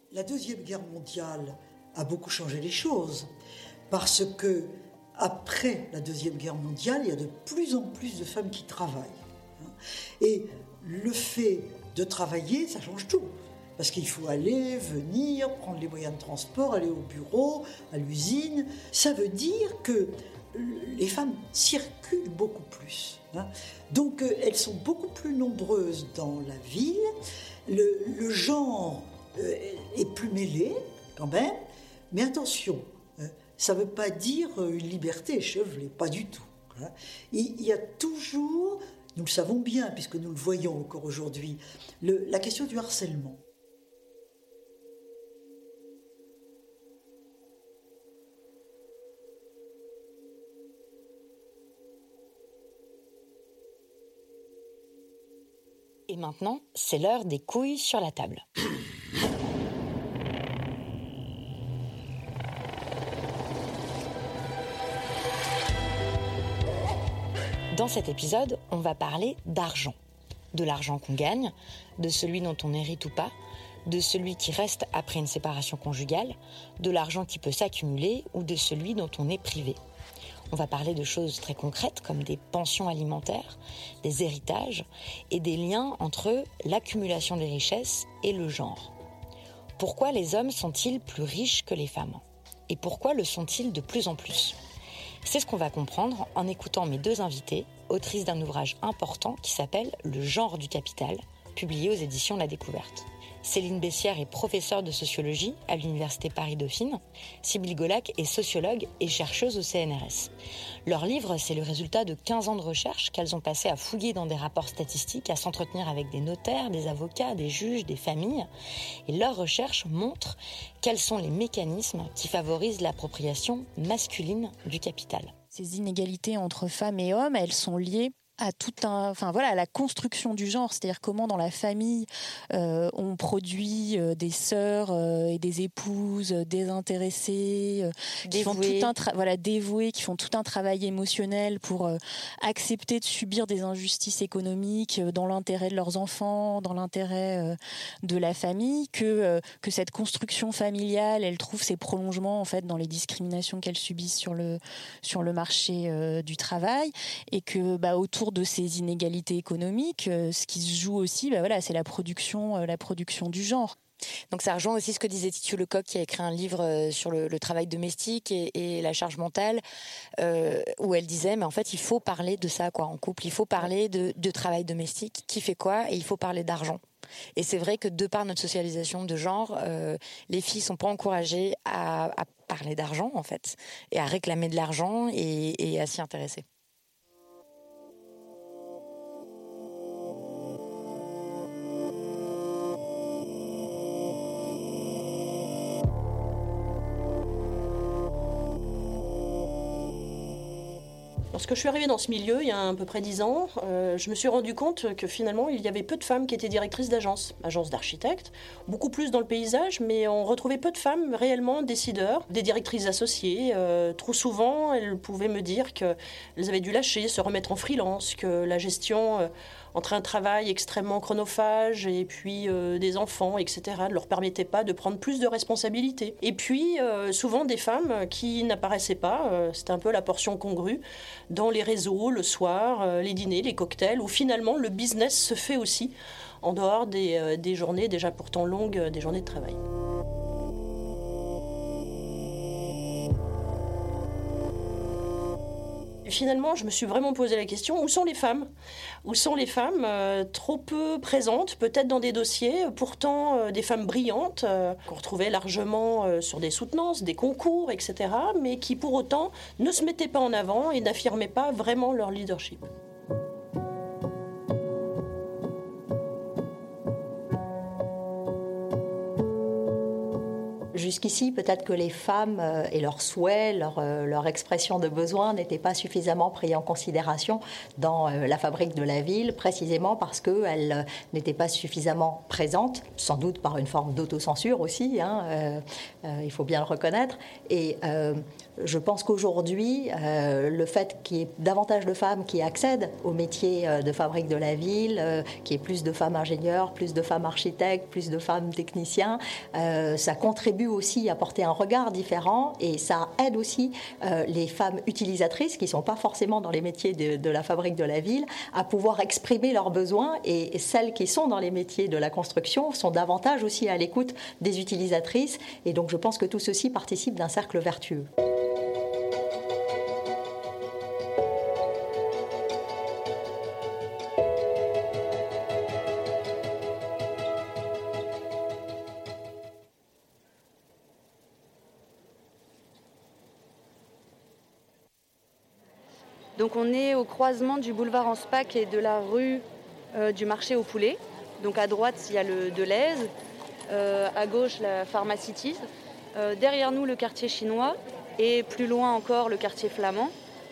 La Deuxième Guerre mondiale a beaucoup changé les choses, parce que après la Deuxième Guerre mondiale, il y a de plus en plus de femmes qui travaillent. Et le fait de travailler, ça change tout. Parce qu'il faut aller, venir, prendre les moyens de transport, aller au bureau, à l'usine. Ça veut dire que les femmes circulent beaucoup plus. Donc elles sont beaucoup plus nombreuses dans la ville. Le genre est plus mêlé quand même. Mais attention, ça ne veut pas dire une liberté échevelée, pas du tout. Il y a toujours, nous le savons bien puisque nous le voyons encore aujourd'hui, la question du harcèlement. Et maintenant, c'est l'heure des couilles sur la table. Dans cet épisode, on va parler d'argent. De l'argent qu'on gagne, de celui dont on hérite ou pas, de celui qui reste après une séparation conjugale, de l'argent qui peut s'accumuler ou de celui dont on est privé. On va parler de choses très concrètes comme des pensions alimentaires, des héritages et des liens entre l'accumulation des richesses et le genre. Pourquoi les hommes sont-ils plus riches que les femmes ? Et pourquoi le sont-ils de plus en plus ? C'est ce qu'on va comprendre en écoutant mes deux invités, autrices d'un ouvrage important qui s'appelle « Le genre du capital », publié aux éditions La Découverte. Céline Bessière est professeure de sociologie à l'Université Paris-Dauphine. Sybille Golac est sociologue et chercheuse au CNRS. Leur livre, c'est le résultat de 15 ans de recherche qu'elles ont passé à fouiller dans des rapports statistiques, à s'entretenir avec des notaires, des avocats, des juges, des familles. Et leur recherche montre quels sont les mécanismes qui favorisent l'appropriation masculine du capital. Ces inégalités entre femmes et hommes, elles sont liées à à la construction du genre, c'est-à-dire comment dans la famille on produit des sœurs et des épouses désintéressées, qui font dévouées, qui font tout un travail émotionnel pour accepter de subir des injustices économiques dans l'intérêt de leurs enfants, dans l'intérêt de la famille, que cette construction familiale, elle trouve ses prolongements en fait dans les discriminations qu'elles subissent sur le marché du travail, et que autour de ces inégalités économiques, ce qui se joue aussi, c'est la production du genre. Donc ça rejoint aussi ce que disait Titu Lecoq, qui a écrit un livre sur le travail domestique et la charge mentale, où elle disait mais en fait il faut parler de ça en couple, il faut parler de travail domestique, qui fait quoi, et il faut parler d'argent. Et c'est vrai que de par notre socialisation de genre, les filles sont pas encouragées à parler d'argent en fait, et à réclamer de l'argent et à s'y intéresser. Lorsque je suis arrivée dans ce milieu, il y a à peu près 10 ans, je me suis rendu compte que finalement, il y avait peu de femmes qui étaient directrices d'agences d'architectes, beaucoup plus dans le paysage, mais on retrouvait peu de femmes réellement décideurs, des directrices associées. Trop souvent, elles pouvaient me dire qu'elles avaient dû lâcher, se remettre en freelance, que la gestion entre un travail extrêmement chronophage et puis des enfants, etc., ne leur permettait pas de prendre plus de responsabilités. Et puis, souvent des femmes qui n'apparaissaient pas, c'était un peu la portion congrue, dans les réseaux, le soir, les dîners, les cocktails, où finalement le business se fait aussi en dehors des journées déjà pourtant longues, des journées de travail. Finalement, je me suis vraiment posé la question, où sont les femmes ? Où sont les femmes trop peu présentes, peut-être dans des dossiers, pourtant des femmes brillantes, qu'on retrouvait largement sur des soutenances, des concours, etc., mais qui pour autant ne se mettaient pas en avant et n'affirmaient pas vraiment leur leadership. Jusqu'ici, peut-être que les femmes et leurs souhaits, leur expression de besoin n'étaient pas suffisamment pris en considération dans la fabrique de la ville, précisément parce qu'elles n'étaient pas suffisamment présentes, sans doute par une forme d'autocensure aussi, il faut bien le reconnaître. Et Je pense qu'aujourd'hui, le fait qu'il y ait davantage de femmes qui accèdent au métier de fabrique de la ville, qu'il y ait plus de femmes ingénieurs, plus de femmes architectes, plus de femmes techniciens, ça contribue aussi à porter un regard différent et ça aide aussi les femmes utilisatrices qui ne sont pas forcément dans les métiers de la fabrique de la ville à pouvoir exprimer leurs besoins et celles qui sont dans les métiers de la construction sont davantage aussi à l'écoute des utilisatrices et donc je pense que tout ceci participe d'un cercle vertueux. Donc on est au croisement du boulevard Anspach et de la rue du marché aux poulets. Donc à droite, il y a le Deleuze, à gauche, la Pharmacity. Derrière nous, le quartier chinois et plus loin encore, le quartier flamand.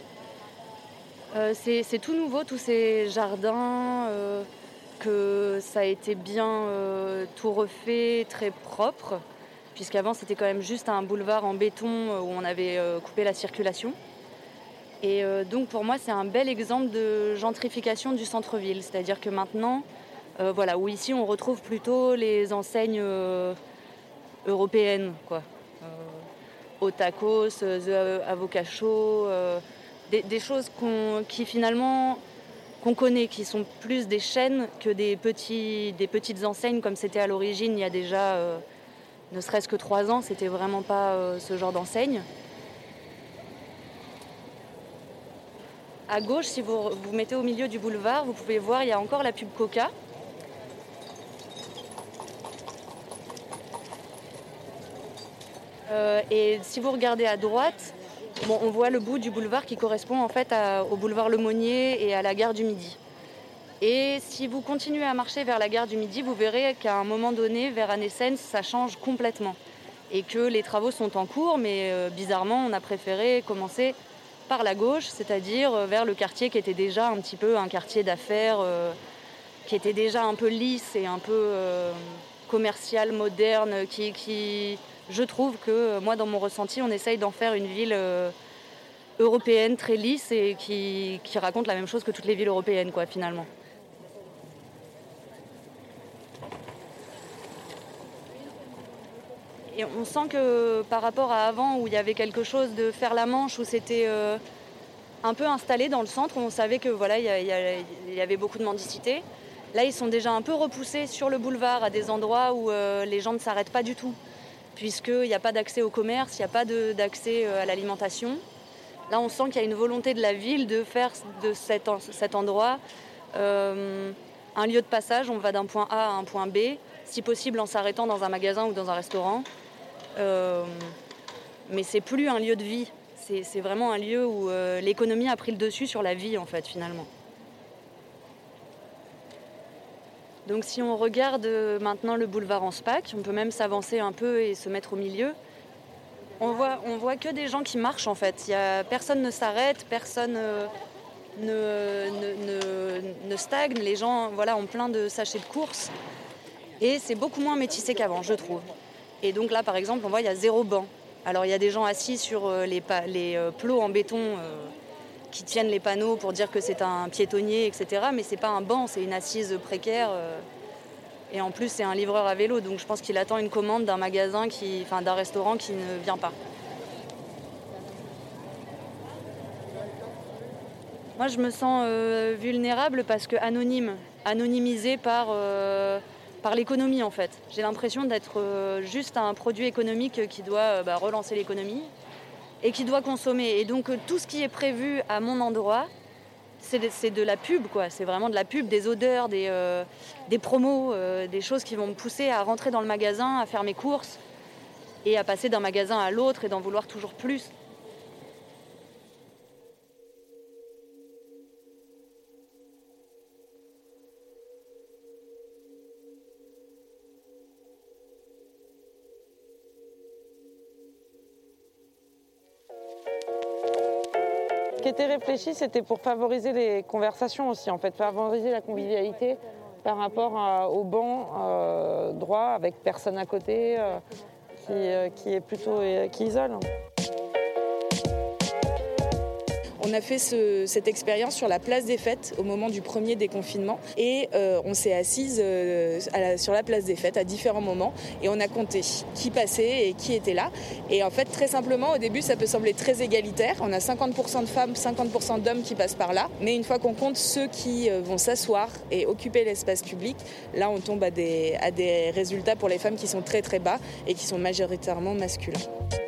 C'est tout nouveau, tous ces jardins, que ça a été bien tout refait, très propre, puisqu'avant c'était quand même juste un boulevard en béton où on avait coupé la circulation. Et donc pour moi c'est un bel exemple de gentrification du centre-ville, c'est-à-dire que maintenant, où ici on retrouve plutôt les enseignes européennes, quoi. Au tacos, The Avocat Show, des choses qu'on connaît, qui sont plus des chaînes que des petites enseignes comme c'était à l'origine il y a déjà ne serait-ce que 3 ans, c'était vraiment pas ce genre d'enseigne. À gauche, si vous vous mettez au milieu du boulevard, vous pouvez voir, il y a encore la pub Coca. Et si vous regardez à droite, on voit le bout du boulevard qui correspond en fait au boulevard Lemonnier et à la gare du Midi. Et si vous continuez à marcher vers la gare du Midi, vous verrez qu'à un moment donné, vers Anessens, ça change complètement. Et que les travaux sont en cours, mais bizarrement, on a préféré commencer par la gauche, c'est-à-dire vers le quartier qui était déjà un petit peu un quartier d'affaires, qui était déjà un peu lisse et un peu commercial, moderne, qui je trouve que, moi dans mon ressenti, on essaye d'en faire une ville européenne très lisse et qui raconte la même chose que toutes les villes européennes, quoi, finalement. Et on sent que par rapport à avant, où il y avait quelque chose de faire la manche, où c'était un peu installé dans le centre, où on savait que voilà, il y avait beaucoup de mendicité. Là, ils sont déjà un peu repoussés sur le boulevard, à des endroits où les gens ne s'arrêtent pas du tout, puisqu'il n'y a pas d'accès au commerce, il n'y a pas d'accès à l'alimentation. Là, on sent qu'il y a une volonté de la ville de faire de cet endroit un lieu de passage. On va d'un point A à un point B, si possible en s'arrêtant dans un magasin ou dans un restaurant. Mais c'est plus un lieu de vie, c'est vraiment un lieu où l'économie a pris le dessus sur la vie, en fait, finalement. Donc si on regarde maintenant le boulevard Anspach, on peut même s'avancer un peu et se mettre au milieu. On voit que des gens qui marchent, en fait. Personne ne s'arrête, personne ne stagne. Les gens ont plein de sachets de courses. Et c'est beaucoup moins métissé qu'avant, je trouve. Et donc là, par exemple, on voit il y a 0 banc. Alors il y a des gens assis sur les plots en béton qui tiennent les panneaux pour dire que c'est un piétonnier, etc. Mais c'est pas un banc, c'est une assise précaire. Et en plus, c'est un livreur à vélo, donc je pense qu'il attend une commande d'un magasin, d'un restaurant qui ne vient pas. Moi, je me sens vulnérable parce que anonymisée par l'économie, en fait. J'ai l'impression d'être juste un produit économique qui doit relancer l'économie et qui doit consommer. Et donc, tout ce qui est prévu à mon endroit, c'est de la pub, quoi. C'est vraiment de la pub, des odeurs, des promos, des choses qui vont me pousser à rentrer dans le magasin, à faire mes courses et à passer d'un magasin à l'autre et d'en vouloir toujours plus. Ce qui était réfléchi, c'était pour favoriser les conversations aussi, en fait, favoriser la convivialité par rapport au banc droit avec personne à côté qui est plutôt qui isole. On a fait cette expérience sur la place des Fêtes au moment du premier déconfinement et on s'est assise sur la place des Fêtes à différents moments et on a compté qui passait et qui était là. Et en fait, très simplement, au début, ça peut sembler très égalitaire. On a 50% de femmes, 50% d'hommes qui passent par là. Mais une fois qu'on compte ceux qui vont s'asseoir et occuper l'espace public, là, on tombe à des résultats pour les femmes qui sont très très bas et qui sont majoritairement masculins.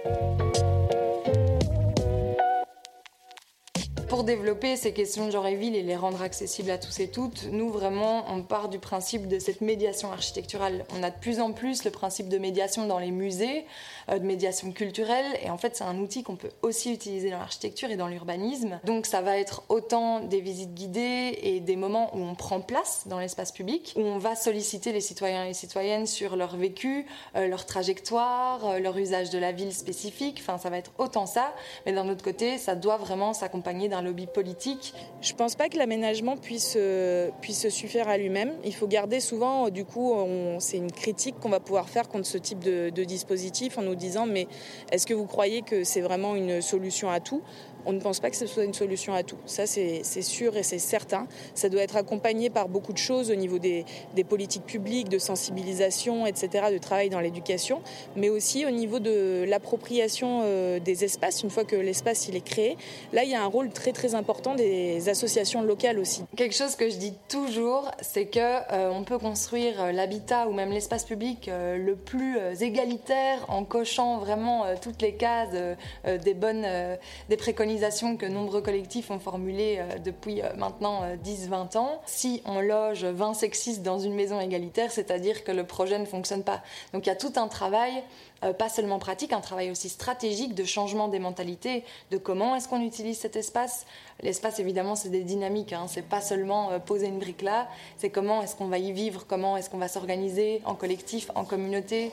Pour développer ces questions de genre et ville et les rendre accessibles à tous et toutes, nous vraiment on part du principe de cette médiation architecturale. On a de plus en plus le principe de médiation dans les musées, de médiation culturelle, et en fait c'est un outil qu'on peut aussi utiliser dans l'architecture et dans l'urbanisme. Donc ça va être autant des visites guidées et des moments où on prend place dans l'espace public, où on va solliciter les citoyens et les citoyennes sur leur vécu, leur trajectoire, leur usage de la ville spécifique, enfin ça va être autant ça, mais d'un autre côté ça doit vraiment s'accompagner d'un lobby politique. Je pense pas que l'aménagement puisse se suffire à lui-même. Il faut garder souvent, du coup, c'est une critique qu'on va pouvoir faire contre ce type de dispositif en nous disant mais est-ce que vous croyez que c'est vraiment une solution à tout ? On ne pense pas que ce soit une solution à tout. Ça, c'est sûr et c'est certain. Ça doit être accompagné par beaucoup de choses au niveau des politiques publiques, de sensibilisation, etc., de travail dans l'éducation, mais aussi au niveau de l'appropriation des espaces. Une fois que l'espace il est créé, là, il y a un rôle très, très important des associations locales aussi. Quelque chose que je dis toujours, c'est qu'on peut construire l'habitat ou même l'espace public le plus égalitaire en cochant vraiment toutes les cases des préconisations que nombreux collectifs ont formulées depuis maintenant 10-20 ans. Si on loge 20 sexistes dans une maison égalitaire, c'est-à-dire que le projet ne fonctionne pas. Donc il y a tout un travail, pas seulement pratique, un travail aussi stratégique de changement des mentalités, de comment est-ce qu'on utilise cet espace. L'espace, évidemment, c'est des dynamiques, c'est pas seulement poser une brique là, c'est comment est-ce qu'on va y vivre, comment est-ce qu'on va s'organiser en collectif, en communauté.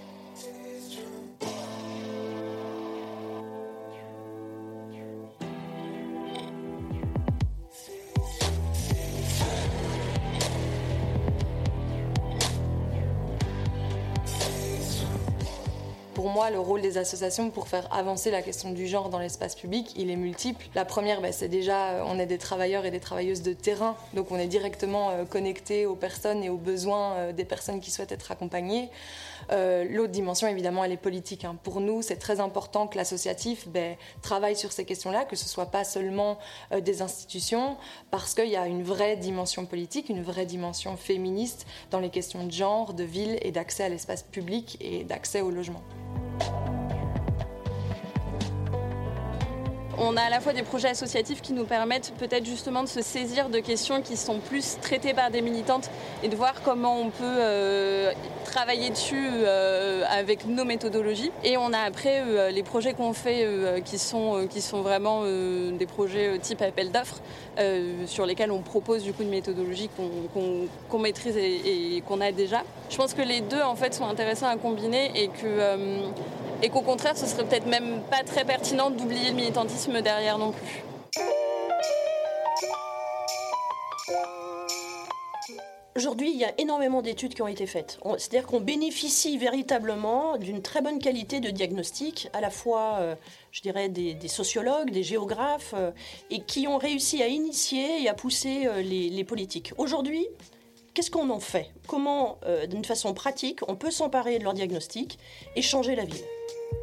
Pour moi, le rôle des associations pour faire avancer la question du genre dans l'espace public, il est multiple. La première, c'est déjà, on est des travailleurs et des travailleuses de terrain, donc on est directement connectés aux personnes et aux besoins des personnes qui souhaitent être accompagnées. L'autre dimension, évidemment, elle est politique. Pour nous, c'est très important que l'associatif travaille sur ces questions-là, que ce ne soit pas seulement des institutions, parce qu'il y a une vraie dimension politique, une vraie dimension féministe dans les questions de genre, de ville et d'accès à l'espace public et d'accès au logement. On a à la fois des projets associatifs qui nous permettent peut-être justement de se saisir de questions qui sont plus traitées par des militantes et de voir comment on peut travailler dessus avec nos méthodologies. Et on a après les projets qu'on fait qui sont vraiment des projets type appel d'offres sur lesquels on propose du coup une méthodologie qu'on maîtrise et qu'on a déjà. Je pense que les deux en fait sont intéressants à combiner et qu'au contraire ce serait peut-être même pas très pertinent d'oublier le militantisme derrière non plus. Aujourd'hui, il y a énormément d'études qui ont été faites. C'est-à-dire qu'on bénéficie véritablement d'une très bonne qualité de diagnostic, à la fois, je dirais, des sociologues, des géographes, et qui ont réussi à initier et à pousser les politiques. Aujourd'hui, qu'est-ce qu'on en fait ? Comment, d'une façon pratique, on peut s'emparer de leur diagnostic et changer la ville ?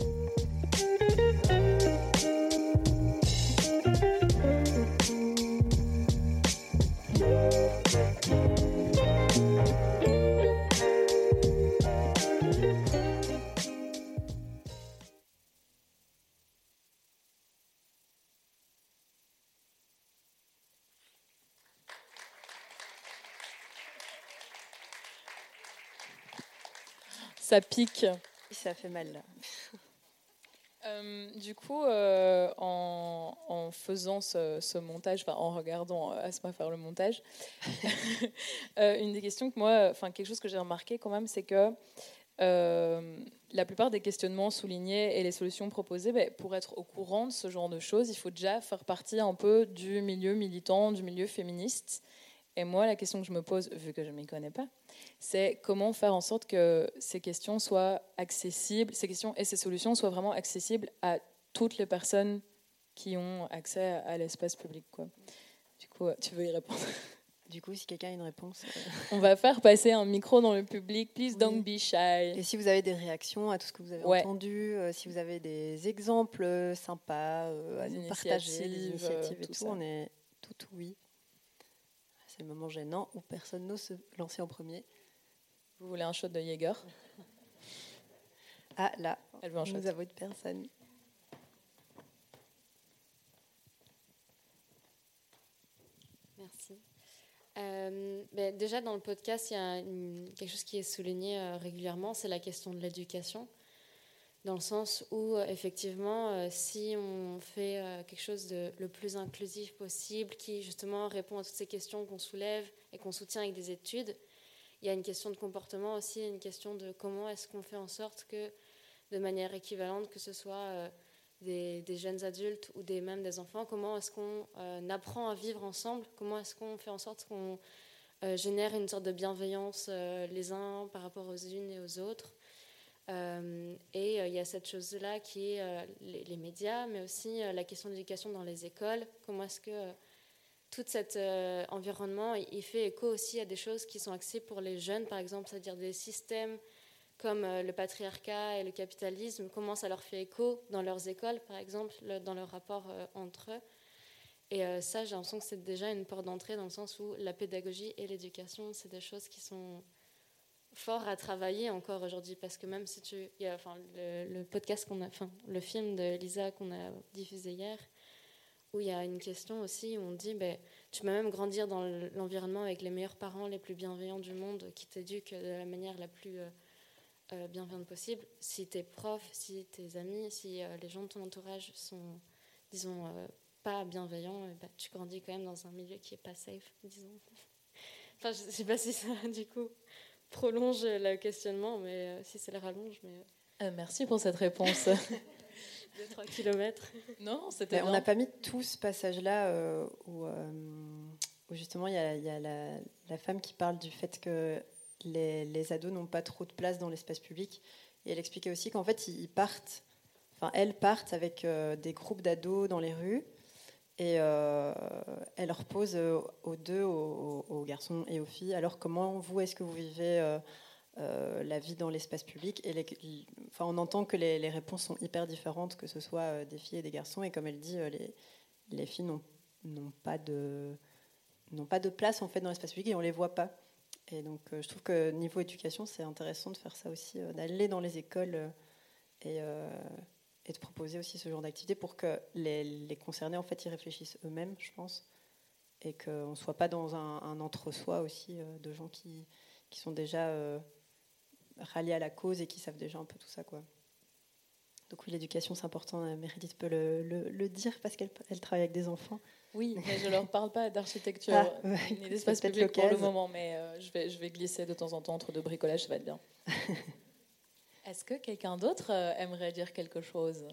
Ça pique. Ça fait mal, là. Du coup, en faisant ce montage, en regardant Asma faire le montage, une des questions que moi, quelque chose que j'ai remarqué quand même, c'est que la plupart des questionnements soulignés et les solutions proposées, pour être au courant de ce genre de choses, il faut déjà faire partie un peu du milieu militant, du milieu féministe. Et moi, la question que je me pose, vu que je ne m'y connais pas, c'est comment faire en sorte que ces questions soient accessibles, ces questions et ces solutions soient vraiment accessibles à toutes les personnes qui ont accès à l'espace public, quoi. Du coup, tu veux y répondre? Du coup, si quelqu'un a une réponse... On va faire passer un micro dans le public. Please don't be shy. Et si vous avez des réactions à tout ce que vous avez entendu, si vous avez des exemples sympas à nous partager, des initiatives et tout, on est tout oui. C'est le moment gênant où personne n'ose se lancer en premier. Vous voulez un shot de Jäger? Ah, là, elle veut un shot. Nous avons une personne. Merci. Déjà, dans le podcast, il y a quelque chose qui est souligné régulièrement, c'est la question de l'éducation. Dans le sens où, effectivement, si on fait quelque chose de le plus inclusif possible, qui justement répond à toutes ces questions qu'on soulève et qu'on soutient avec des études, il y a une question de comportement aussi, une question de comment est-ce qu'on fait en sorte que, de manière équivalente, que ce soit des jeunes adultes ou même des enfants, comment est-ce qu'on apprend à vivre ensemble, comment est-ce qu'on fait en sorte qu'on génère une sorte de bienveillance les uns par rapport aux unes et aux autres. Et il y a cette chose-là qui est les médias, mais aussi la question de l'éducation dans les écoles. Comment est-ce que tout cet environnement, il fait écho aussi à des choses qui sont axées pour les jeunes, par exemple, c'est-à-dire des systèmes comme le patriarcat et le capitalisme, comment ça leur fait écho dans leurs écoles, par exemple, dans leur rapport entre eux. Et ça, j'ai l'impression que c'est déjà une porte d'entrée dans le sens où la pédagogie et l'éducation, c'est des choses qui sont fortes à travailler encore aujourd'hui. Parce que même si le podcast le film de Lisa qu'on a diffusé hier, où il y a une question aussi où on dit tu peux même grandir dans l'environnement avec les meilleurs parents, les plus bienveillants du monde, qui t'éduquent de la manière la plus bienveillante possible. Si tes profs, si tes amis, si les gens de ton entourage sont, disons, pas bienveillants, tu grandis quand même dans un milieu qui est pas safe, disons. Enfin, je sais pas si ça, du coup, prolonge le questionnement, mais si ça le rallonge. Mais merci pour cette réponse. 2-3 kilomètres. Non, c'était on n'a pas mis tout ce passage-là où justement il y a la femme qui parle du fait que les ados n'ont pas trop de place dans l'espace public. Et elle expliquait aussi qu'en fait, elles partent avec des groupes d'ados dans les rues et elle leur pose aux deux, aux garçons et aux filles, alors comment vous, est-ce que vous vivez la vie dans l'espace public? Et on entend que les réponses sont hyper différentes, que ce soit des filles et des garçons. Et comme elle dit, les filles n'ont pas de place en fait dans l'espace public et on les voit pas. Et donc, je trouve que niveau éducation, c'est intéressant de faire ça aussi, d'aller dans les écoles et de proposer aussi ce genre d'activité pour que les concernés, en fait, y réfléchissent eux-mêmes, je pense, et qu'on ne soit pas dans un entre-soi aussi de gens qui sont déjà ralliés à la cause et qui savent déjà un peu tout ça, quoi. Donc oui, l'éducation, c'est important. Meredith peut le dire parce qu'elle travaille avec des enfants. Oui, mais je ne leur parle pas d'architecture ni d'espace public pour le moment, mais je vais glisser de temps en temps entre deux bricolages, ça va être bien. Est-ce que quelqu'un d'autre aimerait dire quelque chose?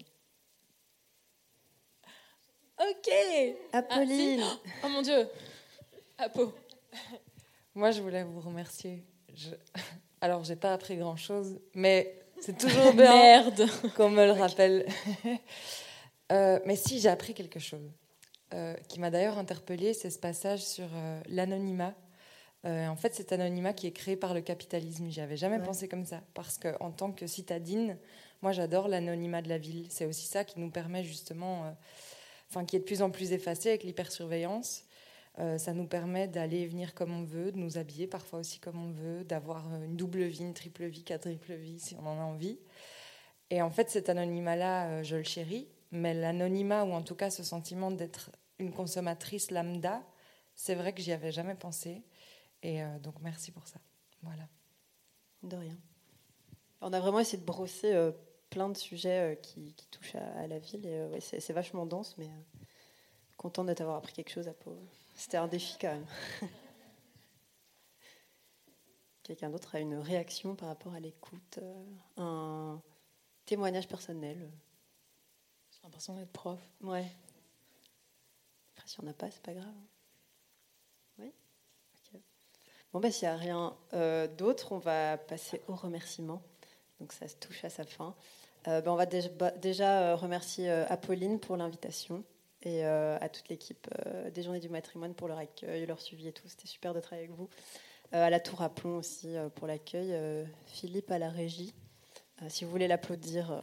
Ok. Apolline. Ah, si. Oh mon Dieu. Apo. Moi, je voulais vous remercier. Alors, j'ai pas appris grand-chose, mais c'est toujours bien Merde. qu'on me le rappelle. Mais si, j'ai appris quelque chose. Qui m'a d'ailleurs interpellée, c'est ce passage sur l'anonymat. En fait, cet anonymat qui est créé par le capitalisme. J'y avais jamais pensé comme ça. Parce qu'en tant que citadine, moi, j'adore l'anonymat de la ville. C'est aussi ça qui nous permet justement... qui est de plus en plus effacé avec l'hypersurveillance. Ça nous permet d'aller et venir comme on veut, de nous habiller parfois aussi comme on veut, d'avoir une double vie, une triple vie, quadruple vie, si on en a envie. Et en fait, cet anonymat-là, je le chéris. Mais l'anonymat, ou en tout cas ce sentiment d'être une consommatrice lambda, c'est vrai que j'y avais jamais pensé. Et donc, merci pour ça. Voilà. De rien. On a vraiment essayé de brosser plein de sujets qui touchent à la ville. Et c'est vachement dense, mais content de t'avoir appris quelque chose à Pau. C'était un défi quand même. Quelqu'un d'autre a une réaction par rapport à l'écoute, un témoignage personnel? J'ai l'impression d'être prof. Ouais. Après, si on n'a pas, c'est pas grave. Oui. Okay. Bon, s'il n'y a rien d'autre, on va passer aux remerciements. Donc, ça se touche à sa fin. On va déjà remercier Apolline pour l'invitation et à toute l'équipe des Journées du Matrimoine pour leur accueil, leur suivi et tout. C'était super de travailler avec vous. À la Tour à Plomb aussi pour l'accueil. Philippe à la régie. Si vous voulez l'applaudir.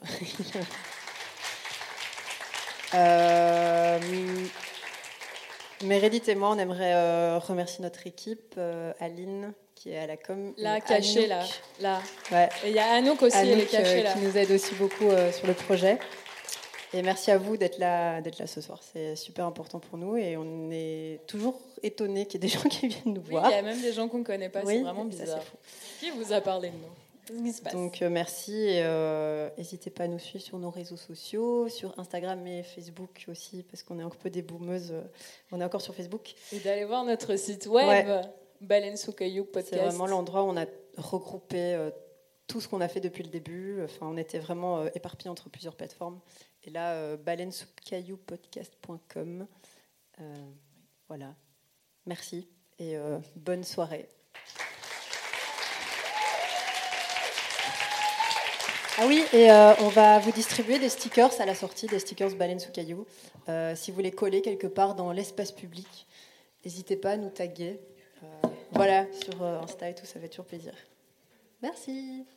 Meredith et moi, on aimerait remercier notre équipe, Aline, qui est à la com. Là, cachée, Anouk. là. Ouais. Et il y a Anouk aussi, elle est cachée, là. Qui nous aide aussi beaucoup sur le projet. Et merci à vous d'être là ce soir. C'est super important pour nous et on est toujours étonnés qu'il y ait des gens qui viennent nous voir. Il y a même des gens qu'on ne connaît pas, c'est vraiment bizarre. Ça, c'est fou. Qui vous a parlé de nous? Qu'est-ce qui se passe? Donc merci et n'hésitez pas à nous suivre sur nos réseaux sociaux, sur Instagram et Facebook aussi, parce qu'on est un peu des boomeuses. On est encore sur Facebook. Et d'aller voir notre site web, Baleine sous Caillou Podcast. C'est vraiment l'endroit où on a regroupé tout ce qu'on a fait depuis le début. Enfin, on était vraiment éparpillés entre plusieurs plateformes. Et là, balainesoupcailloupodcast.com. Voilà. Merci et bonne soirée. Ah oui, et on va vous distribuer des stickers à la sortie, des stickers Baleine sous Caillou. Si vous les collez quelque part dans l'espace public, n'hésitez pas à nous taguer. Voilà, sur Insta et tout, ça fait toujours plaisir. Merci.